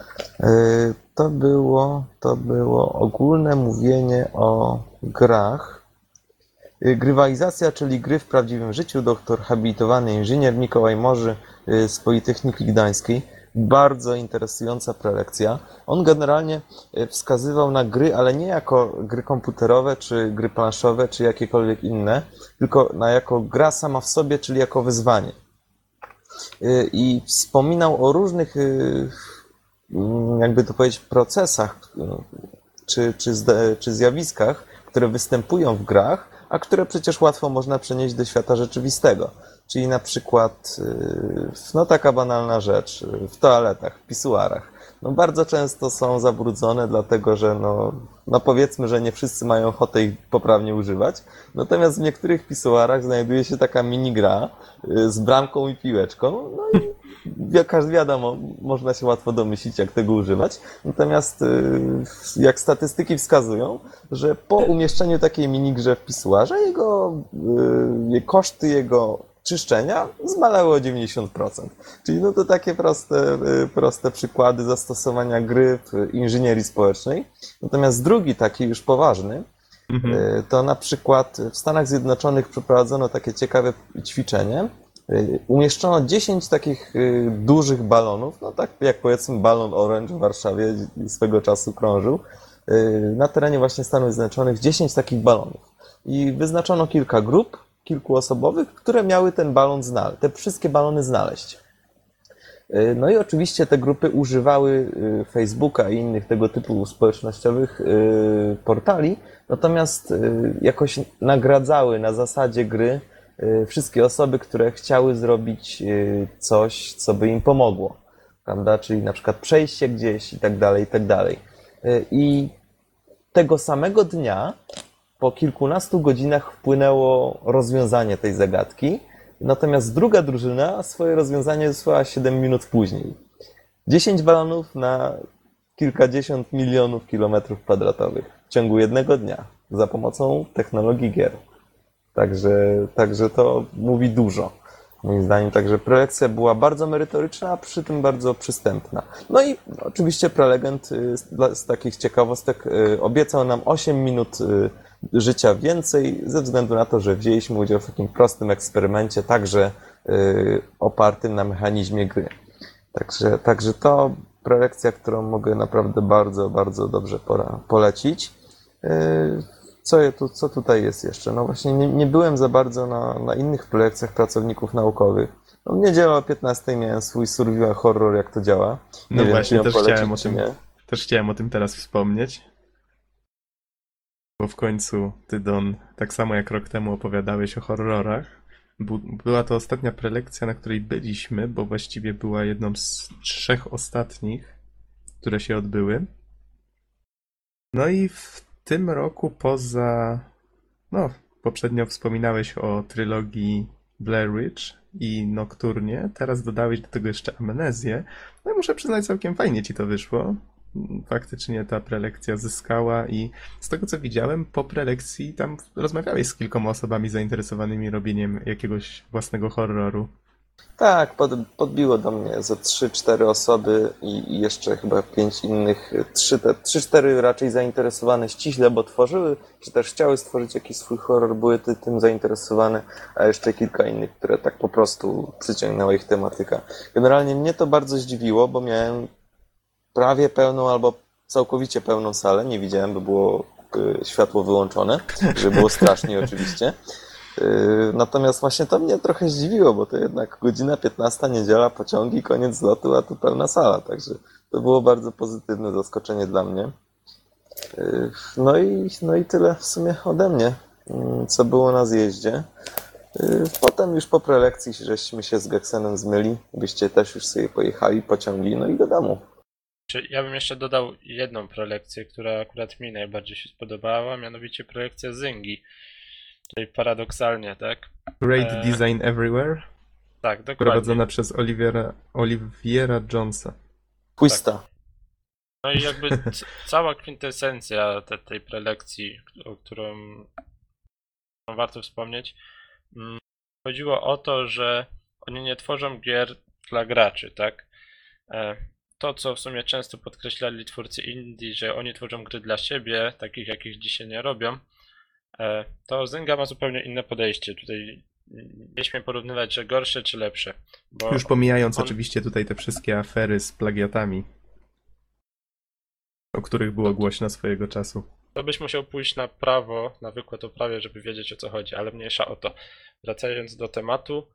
To było ogólne mówienie o grach. Grywalizacja, czyli gry w prawdziwym życiu, doktor habilitowany inżynier Mikołaj Morzy z Politechniki Gdańskiej. Bardzo interesująca prelekcja. On generalnie wskazywał na gry, ale nie jako gry komputerowe, czy gry planszowe, czy jakiekolwiek inne, tylko jako gra sama w sobie, czyli jako wyzwanie. I wspominał o różnych, jakby to powiedzieć, procesach, czy zjawiskach, które występują w grach, a które przecież łatwo można przenieść do świata rzeczywistego. Czyli na przykład, no taka banalna rzecz, w toaletach, w pisuarach. No bardzo często są zabrudzone, dlatego że no powiedzmy, że nie wszyscy mają ochotę ich poprawnie używać. Natomiast w niektórych pisuarach znajduje się taka minigra z bramką i piłeczką. No i jak wiadomo, można się łatwo domyślić, jak tego używać. Natomiast jak statystyki wskazują, że po umieszczeniu takiej minigrze w pisuarze koszty jego czyszczenia zmalały o 90%. Czyli no to takie proste przykłady zastosowania gry w inżynierii społecznej. Natomiast drugi taki już poważny, to na przykład w Stanach Zjednoczonych przeprowadzono takie ciekawe ćwiczenie. Umieszczono 10 takich dużych balonów, no tak jak powiedzmy balon Orange w Warszawie swego czasu krążył. Na terenie właśnie Stanów Zjednoczonych 10 takich balonów. I wyznaczono kilka grup, kilkuosobowych, które miały ten balon te wszystkie balony znaleźć. No i oczywiście te grupy używały Facebooka i innych tego typu społecznościowych portali, natomiast jakoś nagradzały na zasadzie gry wszystkie osoby, które chciały zrobić coś, co by im pomogło, prawda? Czyli na przykład przejście gdzieś i tak dalej, i tak dalej. I tego samego dnia po kilkunastu godzinach wpłynęło rozwiązanie tej zagadki, natomiast druga drużyna swoje rozwiązanie wysłała 7 minut później. 10 balonów na kilkadziesiąt milionów kilometrów kwadratowych w ciągu jednego dnia za pomocą technologii gier. Także to mówi dużo, moim zdaniem. Także prelekcja była bardzo merytoryczna, a przy tym bardzo przystępna. No i oczywiście prelegent z takich ciekawostek obiecał nam 8 minut życia więcej, ze względu na to, że wzięliśmy udział w takim prostym eksperymencie, także opartym na mechanizmie gry. Także to prelekcja, którą mogę naprawdę bardzo, bardzo dobrze polecić. Co tutaj jest jeszcze? No właśnie nie byłem za bardzo na innych prelekcjach pracowników naukowych. No w niedzielę o 15 miałem swój survival horror, jak to działa. Nie No wiem, właśnie, czy ją polecić, też chciałem o tym teraz wspomnieć. Bo w końcu ty, Don, tak samo jak rok temu opowiadałeś o horrorach, Była to ostatnia prelekcja, na której byliśmy, bo właściwie była jedną z 3 ostatnich, które się odbyły. No i w tym roku no, poprzednio wspominałeś o trylogii Blair Witch i Nocturnie, teraz dodałeś do tego jeszcze Amnezję. No i muszę przyznać, całkiem fajnie ci to wyszło. Faktycznie ta prelekcja zyskała i z tego co widziałem, po prelekcji tam rozmawiałeś z kilkoma osobami zainteresowanymi robieniem jakiegoś własnego horroru. Tak, podbiło do mnie ze 3-4 osoby i jeszcze chyba 5 innych, 3-4 raczej zainteresowane ściśle, bo tworzyły, czy też chciały stworzyć jakiś swój horror, były tym zainteresowane, a jeszcze kilka innych, które tak po prostu przyciągnęła ich tematyka. Generalnie mnie to bardzo zdziwiło, bo miałem prawie pełną albo całkowicie pełną salę, nie widziałem, by było światło wyłączone, żeby było strasznie oczywiście. Natomiast właśnie to mnie trochę zdziwiło, bo to jednak godzina 15, niedziela, pociągi, koniec lotu, a tu pełna sala, także to było bardzo pozytywne zaskoczenie dla mnie. No i tyle w sumie ode mnie, co było na zjeździe. Potem już po prelekcji żeśmy się z Geksenem zmyli, byście też już sobie pojechali, pociągli, no i do domu. Ja bym jeszcze dodał jedną prelekcję, która akurat mi najbardziej się spodobała, mianowicie prelekcja Zyngi. Czyli paradoksalnie, tak? Great E, Design Everywhere, Tak, dokładnie. prowadzona przez Oliviera Jonesa. Pusta. No i jakby cała kwintesencja tej prelekcji, o którą warto wspomnieć, chodziło o to, że oni nie tworzą gier dla graczy, tak? To, co w sumie często podkreślali twórcy indie, że oni tworzą gry dla siebie, takich jakich dzisiaj nie robią, to Zynga ma zupełnie inne podejście. Tutaj nie śmiem porównywać, że gorsze czy lepsze. Bo Już pomijając oczywiście tutaj te wszystkie afery z plagiatami, o których było głośno swojego czasu. to byś musiał pójść na prawo, na wykład o prawie, żeby wiedzieć o co chodzi, ale mniejsza o to. Wracając do tematu,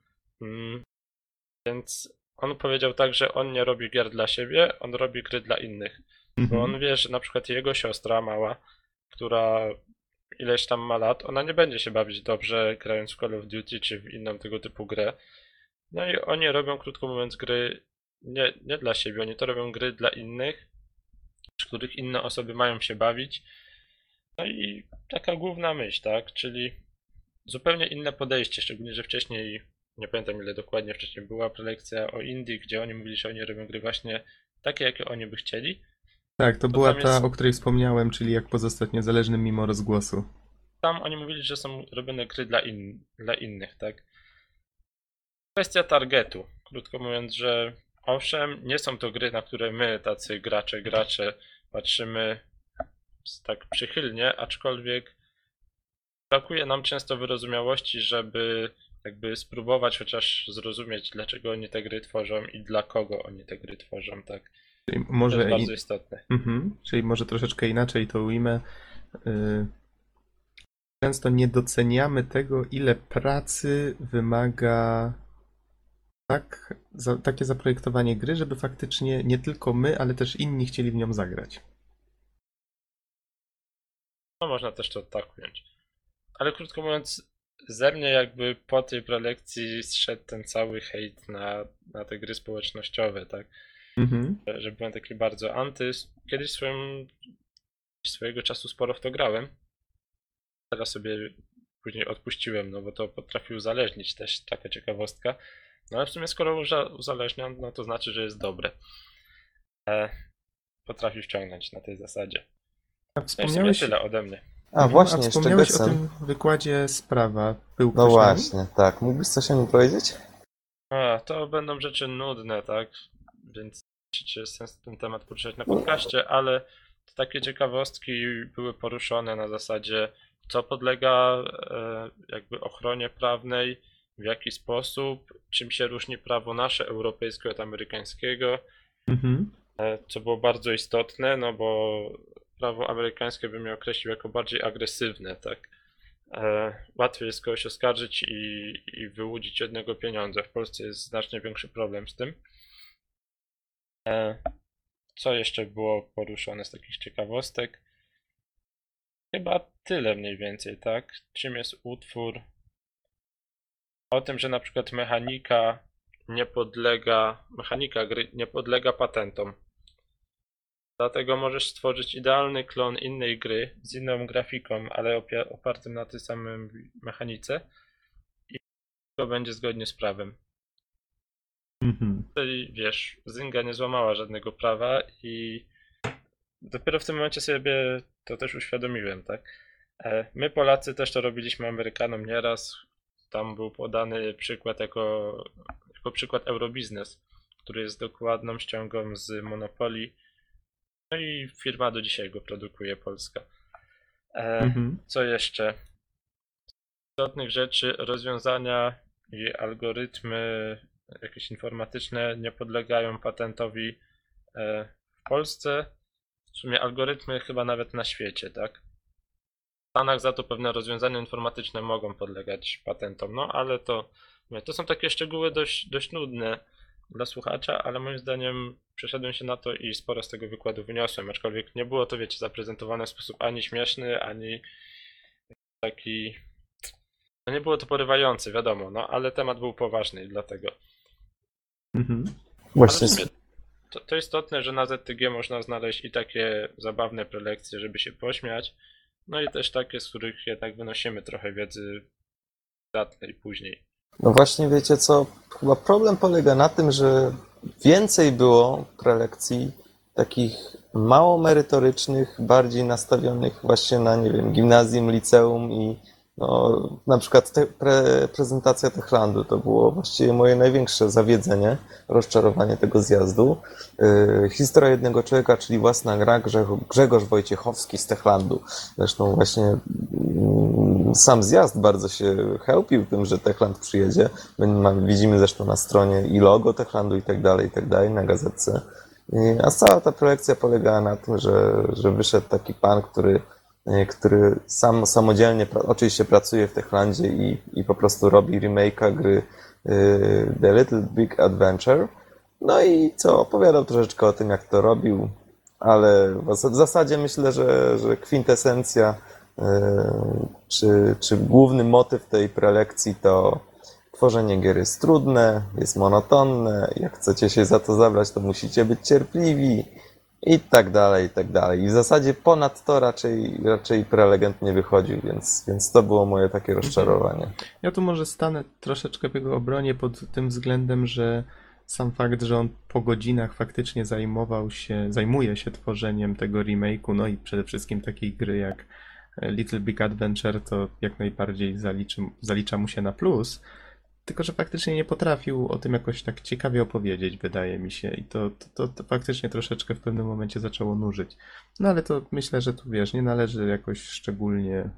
więc on powiedział tak, że on nie robi gier dla siebie, on robi gry dla innych. Bo on wie, że na przykład jego siostra mała, która ileś tam ma lat, ona nie będzie się bawić dobrze grając w Call of Duty czy w inną tego typu grę. No i oni robią, krótko mówiąc, gry nie dla siebie, oni to robią gry dla innych, w których inne osoby mają się bawić. No i taka główna myśl, tak? Czyli zupełnie inne podejście, szczególnie, że wcześniej, nie pamiętam ile dokładnie wcześniej była prelekcja o Indie, gdzie oni mówili, że oni robią gry właśnie takie, jakie oni by chcieli. Tak, to To była tam ta, jest- o której wspomniałem, czyli jak pozostać niezależnym mimo rozgłosu. Tam oni mówili, że są robione gry dla innych, tak? Kwestia targetu. Krótko mówiąc, że owszem, nie są to gry, na które my, tacy gracze, patrzymy tak przychylnie, aczkolwiek brakuje nam często wyrozumiałości, żeby jakby spróbować chociaż zrozumieć, dlaczego oni te gry tworzą i dla kogo oni te gry tworzą, tak? Czyli To może, jest bardzo istotne. Czyli może troszeczkę inaczej to ujmę. Y, Często nie doceniamy tego, ile pracy wymaga takie zaprojektowanie gry, żeby faktycznie nie tylko my, ale też inni chcieli w nią zagrać. No można też to tak ująć. Ale krótko mówiąc, ze mnie jakby po tej prelekcji zszedł ten cały hejt na te gry społecznościowe, tak? Mhm. Że byłem taki bardzo anty. Kiedyś swojego czasu sporo w to grałem. Teraz sobie później odpuściłem, no bo to potrafi uzależnić też, taka ciekawostka. No ale w sumie skoro uzależnia, no to znaczy, że jest dobre. Potrafi wciągnąć na tej zasadzie. A No i w sumie wspomniałeś, tyle ode mnie. A właśnie, jeszcze wspomniałeś o Geksen. tym wykładzie sprawa. Był No ktoś na nim? właśnie, tak. Mógłbyś coś o nim powiedzieć? To będą rzeczy nudne, tak? Więc czy jest sens ten temat poruszać na podcaście, ale takie ciekawostki były poruszone na zasadzie, co podlega jakby ochronie prawnej, w jaki sposób, czym się różni prawo nasze europejskie od amerykańskiego, Mhm. co było bardzo istotne, no bo prawo amerykańskie bym je określił jako bardziej agresywne, tak? Łatwiej jest kogoś oskarżyć i wyłudzić od niego pieniądze. W Polsce jest znacznie większy problem z tym. Co jeszcze było poruszone z takich ciekawostek? Chyba tyle mniej więcej, tak? Czym jest utwór? o tym, że na przykład mechanika gry nie podlega patentom. Dlatego możesz stworzyć idealny klon innej gry z inną grafiką, ale opartym na tej samej mechanice i to będzie zgodnie z prawem. Mhm. Tutaj wiesz, Zynga nie złamała żadnego prawa i dopiero w tym momencie sobie to też uświadomiłem, tak? My Polacy też to robiliśmy Amerykanom nieraz. Tam był podany przykład jako przykład Eurobiznes, który jest dokładną ściągą z Monopoly. No i firma do dzisiaj go produkuje, polska. Co jeszcze? Z istotnych rzeczy, rozwiązania i algorytmy jakieś informatyczne nie podlegają patentowi w Polsce. W sumie algorytmy chyba nawet na świecie, tak? W Stanach za to pewne rozwiązania informatyczne mogą podlegać patentom, no ale to są takie szczegóły dość nudne dla słuchacza, ale moim zdaniem przeszedłem się na to i sporo z tego wykładu wyniosłem, aczkolwiek nie było to, wiecie, zaprezentowane w sposób ani śmieszny, ani taki... No nie było to porywające, wiadomo, no ale temat był poważny i dlatego. Mhm. Właśnie. Ale w sumie to istotne, że na ZTG można znaleźć i takie zabawne prelekcje, żeby się pośmiać, no i też takie, z których jednak wynosimy trochę wiedzy przydatnej później. No właśnie, wiecie co, chyba problem polega na tym, że więcej było prelekcji takich mało merytorycznych, bardziej nastawionych właśnie na, nie wiem, gimnazjum, liceum i no, na przykład prezentacja Techlandu to było właściwie moje największe zawiedzenie, rozczarowanie tego zjazdu. Historia jednego człowieka, czyli własna gra, Grzegorz Wojciechowski z Techlandu. Zresztą właśnie sam zjazd bardzo się chełpił tym, że Techland przyjedzie. Widzimy zresztą na stronie i logo Techlandu i tak dalej, na gazetce. A cała ta prelekcja polegała na tym, że wyszedł taki pan, który samodzielnie oczywiście pracuje w Techlandzie i po prostu robi remake'a gry The Little Big Adventure. No i co, opowiadał troszeczkę o tym, jak to robił, ale w zasadzie myślę, że kwintesencja czy główny motyw tej prelekcji to tworzenie gier jest trudne, jest monotonne, jak chcecie się za to zabrać, to musicie być cierpliwi i tak dalej, i tak dalej. I w zasadzie ponad to raczej prelegent nie wychodził, więc to było moje takie rozczarowanie. Ja tu może stanę troszeczkę w jego obronie pod tym względem, że sam fakt, że on po godzinach faktycznie zajmuje się tworzeniem tego remake'u, no i przede wszystkim takiej gry jak Little Big Adventure, to jak najbardziej zalicza mu się na plus. Tylko że faktycznie nie potrafił o tym jakoś tak ciekawie opowiedzieć, wydaje mi się. I to faktycznie troszeczkę w pewnym momencie zaczęło nużyć. No ale to myślę, że tu wiesz, nie należy jakoś szczególnie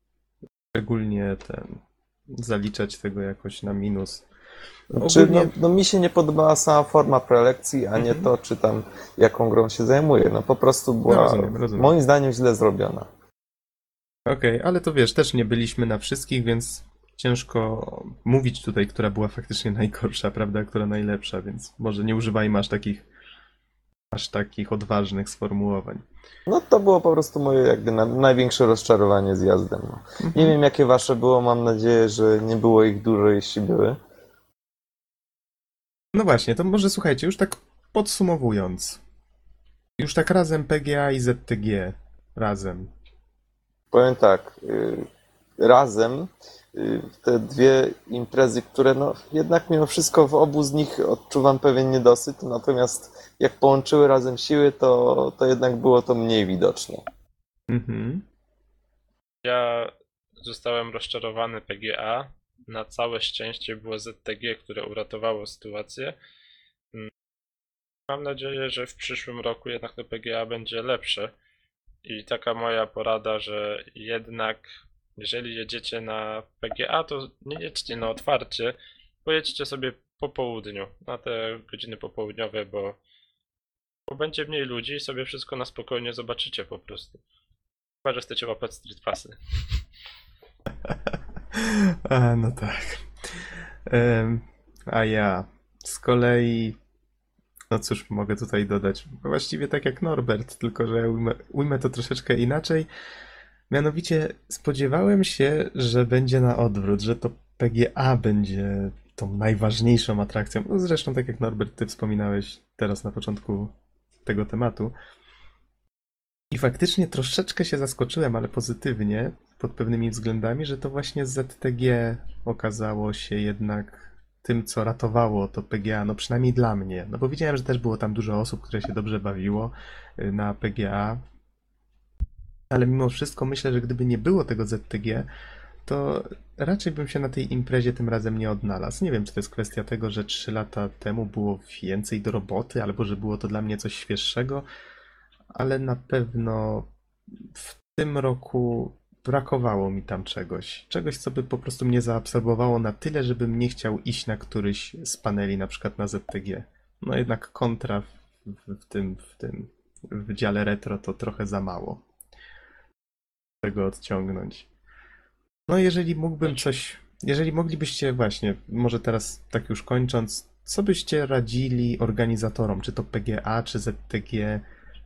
zaliczać tego jakoś na minus. Czy no mi się nie podobała sama forma prelekcji, a nie to, czy tam jaką grą się zajmuje. No po prostu była rozumiem. moim zdaniem źle zrobiona. Okej, ale to wiesz, też nie byliśmy na wszystkich, więc ciężko mówić tutaj, która była faktycznie najgorsza, prawda, która najlepsza, więc może nie używajmy aż takich odważnych sformułowań. No to było po prostu moje jakby największe rozczarowanie zjazdem. No. Nie wiem, jakie wasze było, mam nadzieję, że nie było ich dużo, jeśli były. No właśnie, to może słuchajcie, już tak podsumowując, już tak razem PGA i ZTG, razem. Powiem tak, razem te dwie imprezy, które no jednak mimo wszystko w obu z nich odczuwam pewien niedosyt, natomiast jak połączyły razem siły, to jednak było to mniej widoczne. Mhm. Ja zostałem rozczarowany PGA. Na całe szczęście było ZTG, które uratowało sytuację. Mam nadzieję, że w przyszłym roku jednak to PGA będzie lepsze. I taka moja porada, że jednak jeżeli jedziecie na PGA, to nie jedźcie na otwarcie, pojedźcie sobie po południu, na te godziny popołudniowe, bo będzie mniej ludzi i sobie wszystko na spokojnie zobaczycie po prostu. Chyba, że chcecie łapać street passy. No tak. A ja z kolei, no cóż mogę tutaj dodać, właściwie tak jak Norbert, tylko że ujmę to troszeczkę inaczej. Mianowicie spodziewałem się, że będzie na odwrót, że to PGA będzie tą najważniejszą atrakcją. No zresztą, tak jak Norbert, ty wspominałeś teraz na początku tego tematu. I faktycznie troszeczkę się zaskoczyłem, ale pozytywnie, pod pewnymi względami, że to właśnie ZTG okazało się jednak tym, co ratowało to PGA, no przynajmniej dla mnie. No bo widziałem, że też było tam dużo osób, które się dobrze bawiło na PGA, ale mimo wszystko myślę, że gdyby nie było tego ZTG, to raczej bym się na tej imprezie tym razem nie odnalazł. Nie wiem, czy to jest kwestia tego, że 3 lata temu było więcej do roboty, albo że było to dla mnie coś świeższego, ale na pewno w tym roku brakowało mi tam czegoś. Czegoś, co by po prostu mnie zaabsorbowało na tyle, żebym nie chciał iść na któryś z paneli, na przykład na ZTG. No jednak kontra w tym wydziale retro to trochę za mało tego odciągnąć. No jeżeli mógłbym coś, jeżeli moglibyście właśnie, może teraz tak już kończąc, co byście radzili organizatorom, czy to PGA, czy ZTG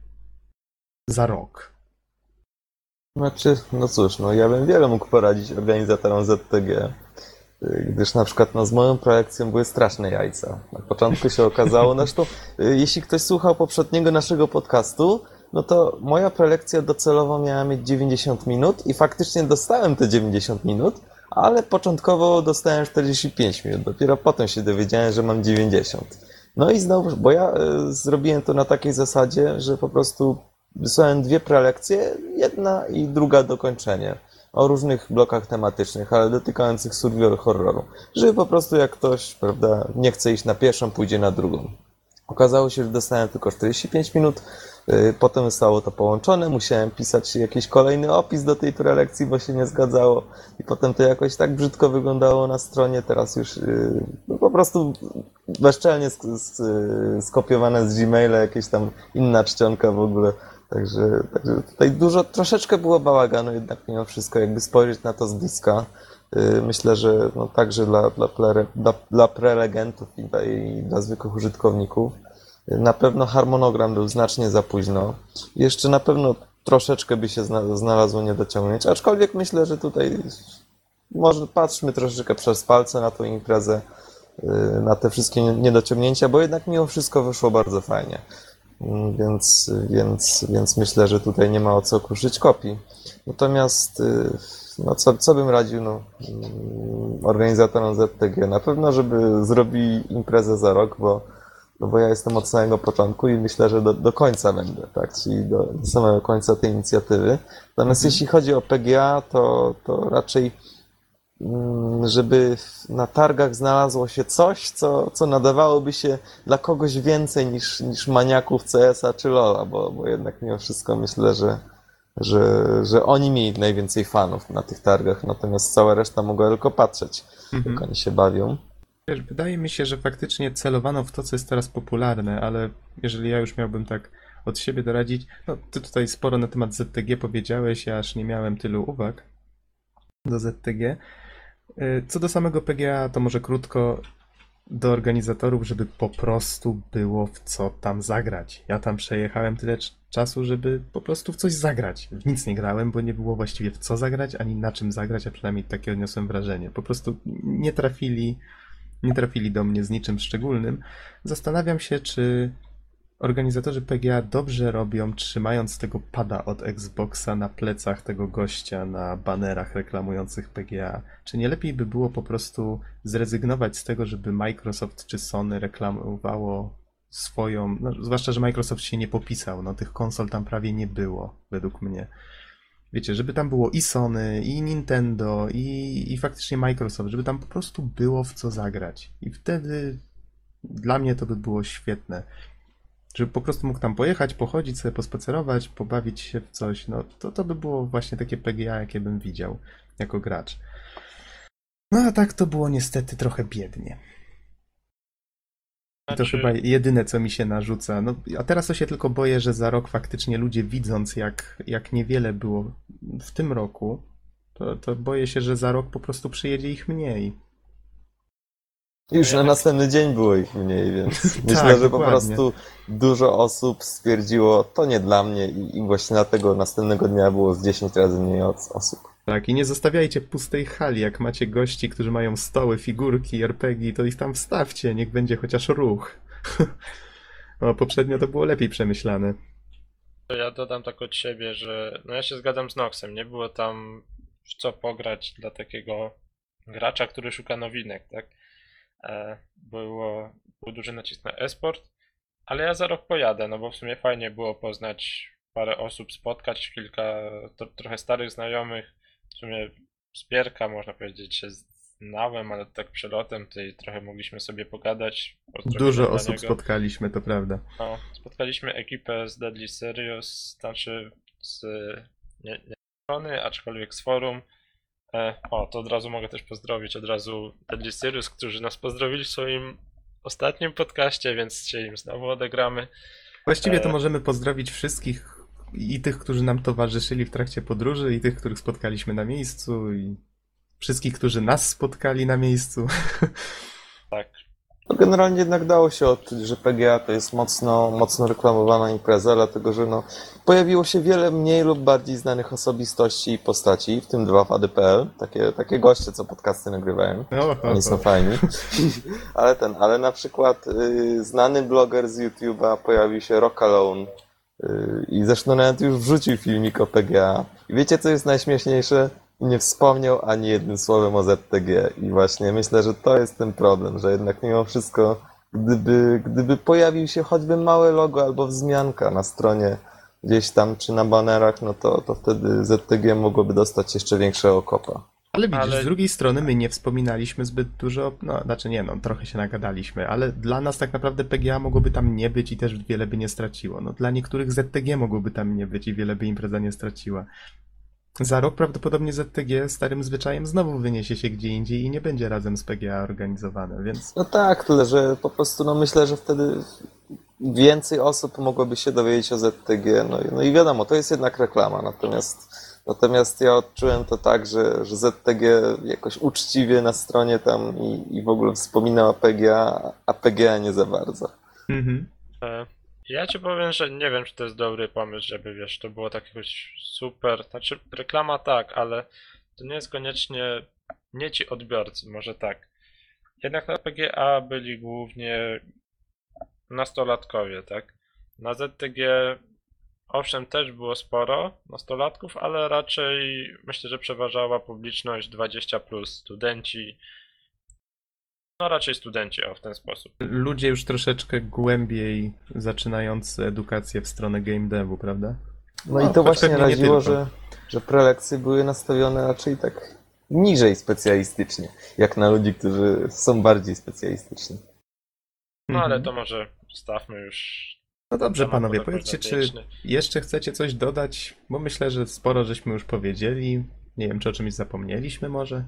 za rok? Znaczy, no cóż, no ja bym wiele mógł poradzić organizatorom ZTG, gdyż na przykład no, z moją prelekcją były straszne jajca. Na początku się okazało, zresztą jeśli ktoś słuchał poprzedniego naszego podcastu, no to moja prelekcja docelowo miała mieć 90 minut i faktycznie dostałem te 90 minut, ale początkowo dostałem 45 minut. Dopiero potem się dowiedziałem, że mam 90. No i znowu, bo ja zrobiłem to na takiej zasadzie, że po prostu wysłałem 2 prelekcje, jedna i druga dokończenie, o różnych blokach tematycznych, ale dotykających survival horroru. Żeby po prostu jak ktoś, prawda, nie chce iść na pierwszą, pójdzie na drugą. Okazało się, że dostałem tylko 45 minut, potem zostało to połączone, musiałem pisać jakiś kolejny opis do tej prelekcji, bo się nie zgadzało i potem to jakoś tak brzydko wyglądało na stronie, teraz już no, po prostu bezczelnie skopiowane z Gmaila, jakieś tam inna czcionka w ogóle. Także tutaj troszeczkę było bałaganu, jednak mimo wszystko, jakby spojrzeć na to z bliska. Myślę, że no, także dla prelegentów i dla zwykłych użytkowników na pewno harmonogram był znacznie za późno. Jeszcze na pewno troszeczkę by się znalazło niedociągnięć, aczkolwiek myślę, że tutaj może patrzmy troszeczkę przez palce na tą imprezę, na te wszystkie niedociągnięcia, bo jednak mimo wszystko wyszło bardzo fajnie. Więc myślę, że tutaj nie ma o co kruszyć kopii. Natomiast no co bym radził organizatorom ZTG? Na pewno, żeby zrobili imprezę za rok, bo ja jestem od samego początku i myślę, że do końca będę, tak? Czyli do samego końca tej inicjatywy. Natomiast jeśli chodzi o PGA, to raczej żeby na targach znalazło się coś, co nadawałoby się dla kogoś więcej niż maniaków CS-a czy LoL'a, bo jednak mimo wszystko myślę, że oni mieli najwięcej fanów na tych targach, natomiast cała reszta mogła tylko patrzeć, jak oni się bawią. Wiesz, wydaje mi się, że faktycznie celowano w to, co jest teraz popularne, ale jeżeli ja już miałbym tak od siebie doradzić, no ty tutaj sporo na temat ZTG powiedziałeś, ja aż nie miałem tylu uwag do ZTG. Co do samego PGA, to może krótko do organizatorów, żeby po prostu było w co tam zagrać. Ja tam przejechałem tyle czasu, żeby po prostu w coś zagrać. W nic nie grałem, bo nie było właściwie w co zagrać, ani na czym zagrać, a przynajmniej takie odniosłem wrażenie. Po prostu nie trafili do mnie z niczym szczególnym. Zastanawiam się, czy organizatorzy PGA dobrze robią, trzymając tego pada od Xboxa na plecach tego gościa na banerach reklamujących PGA. Czy nie lepiej by było po prostu zrezygnować z tego, żeby Microsoft czy Sony reklamowało swoją, no, zwłaszcza, że Microsoft się nie popisał, no tych konsol tam prawie nie było, według mnie. Wiecie, żeby tam było i Sony, i Nintendo, i faktycznie Microsoft, żeby tam po prostu było w co zagrać. I wtedy dla mnie to by było świetne. Żeby po prostu mógł tam pojechać, pochodzić sobie, pospacerować, pobawić się w coś, no to by było właśnie takie PGA, jakie bym widział jako gracz. No a tak to było niestety trochę biednie. I to chyba jedyne, co mi się narzuca. No, a teraz to się tylko boję, że za rok faktycznie ludzie widząc, jak niewiele było w tym roku, to boję się, że za rok po prostu przyjedzie ich mniej. Już na następny dzień było ich mniej, więc myślę, Tak, że po dokładnie. prostu dużo osób stwierdziło, to nie dla mnie i właśnie dlatego następnego dnia było z 10 razy mniej osób. Tak, i nie zostawiajcie pustej hali, jak macie gości, którzy mają stoły, figurki, RPG, to ich tam wstawcie, niech będzie chociaż ruch. O, poprzednio to było lepiej przemyślane. To ja dodam tak od siebie, że no ja się zgadzam z Noxem, nie było tam w co pograć dla takiego gracza, który szuka nowinek, tak? Był duży nacisk na e-sport, ale ja za rok pojadę, no bo w sumie fajnie było poznać parę osób, spotkać kilka trochę starych znajomych, w sumie z Pierka można powiedzieć się znałem, ale tak przelotem tutaj trochę mogliśmy sobie pogadać. Pozdrowienia Dużo dla osób niego. spotkaliśmy, to prawda. No, spotkaliśmy ekipę z Deadly Serious, znaczy z nie strony, aczkolwiek z forum. To od razu mogę też pozdrowić od razu Deadly Serious, którzy nas pozdrowili w swoim ostatnim podcaście, więc się im znowu odegramy. Właściwie to możemy pozdrowić wszystkich i tych, którzy nam towarzyszyli w trakcie podróży, i tych, których spotkaliśmy na miejscu, i wszystkich, którzy nas spotkali na miejscu. Tak. No generalnie jednak dało się odczuć, że PGA to jest mocno reklamowana impreza, dlatego że no, pojawiło się wiele mniej lub bardziej znanych osobistości i postaci, w tym 2 w ADPL, takie goście, co podcasty nagrywają. Oni są fajni. Ale na przykład znany bloger z YouTube'a pojawił się Rock Alone i zresztą nawet już wrzucił filmik o PGA. I wiecie, co jest najśmieszniejsze? Nie wspomniał ani jednym słowem o ZTG i właśnie myślę, że to jest ten problem, że jednak mimo wszystko, gdyby pojawił się choćby małe logo albo wzmianka na stronie gdzieś tam czy na banerach, no to wtedy ZTG mogłoby dostać jeszcze większego kopa. Ale widzisz, z drugiej strony my nie wspominaliśmy zbyt dużo, trochę się nagadaliśmy, ale dla nas tak naprawdę PGA mogłoby tam nie być i też wiele by nie straciło. No dla niektórych ZTG mogłoby tam nie być i wiele by impreza nie straciła. Za rok prawdopodobnie ZTG starym zwyczajem znowu wyniesie się gdzie indziej i nie będzie razem z PGA organizowane, więc... No tak, tyle, że po prostu no myślę, że wtedy więcej osób mogłoby się dowiedzieć o ZTG, no i wiadomo, to jest jednak reklama, natomiast ja odczułem to tak, że ZTG jakoś uczciwie na stronie tam i w ogóle wspominał o PGA, a PGA nie za bardzo. Mhm. Ja ci powiem, że nie wiem, czy to jest dobry pomysł, żeby wiesz, to było tak jakoś super, znaczy reklama tak, ale to nie jest koniecznie nie ci odbiorcy, może tak. Jednak na PGA byli głównie nastolatkowie, tak? Na ZTG owszem też było sporo nastolatków, ale raczej myślę, że przeważała publiczność 20+, studenci. No raczej studenci, w ten sposób. Ludzie już troszeczkę głębiej zaczynający edukację w stronę game devu, prawda? No i to właśnie raziło, że prelekcje były nastawione raczej tak niżej specjalistycznie, jak na ludzi, którzy są bardziej specjalistyczni. No ale to może stawmy już. No dobrze, panowie, powiedzcie, czy jeszcze chcecie coś dodać? Bo myślę, że sporo żeśmy już powiedzieli. Nie wiem, czy o czymś zapomnieliśmy może?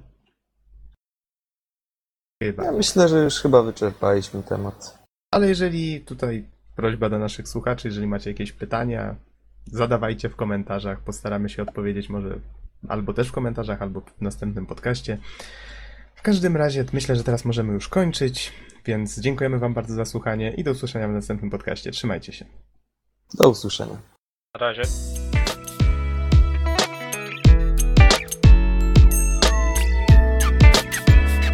Chyba. Ja myślę, że już chyba wyczerpaliśmy temat. Ale jeżeli tutaj prośba do naszych słuchaczy, jeżeli macie jakieś pytania, zadawajcie w komentarzach, postaramy się odpowiedzieć może albo też w komentarzach, albo w następnym podcaście. W każdym razie myślę, że teraz możemy już kończyć, więc dziękujemy wam bardzo za słuchanie i do usłyszenia w następnym podcaście. Trzymajcie się. Do usłyszenia. Na razie.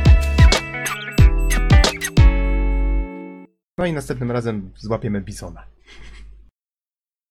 No i następnym razem złapiemy bisona.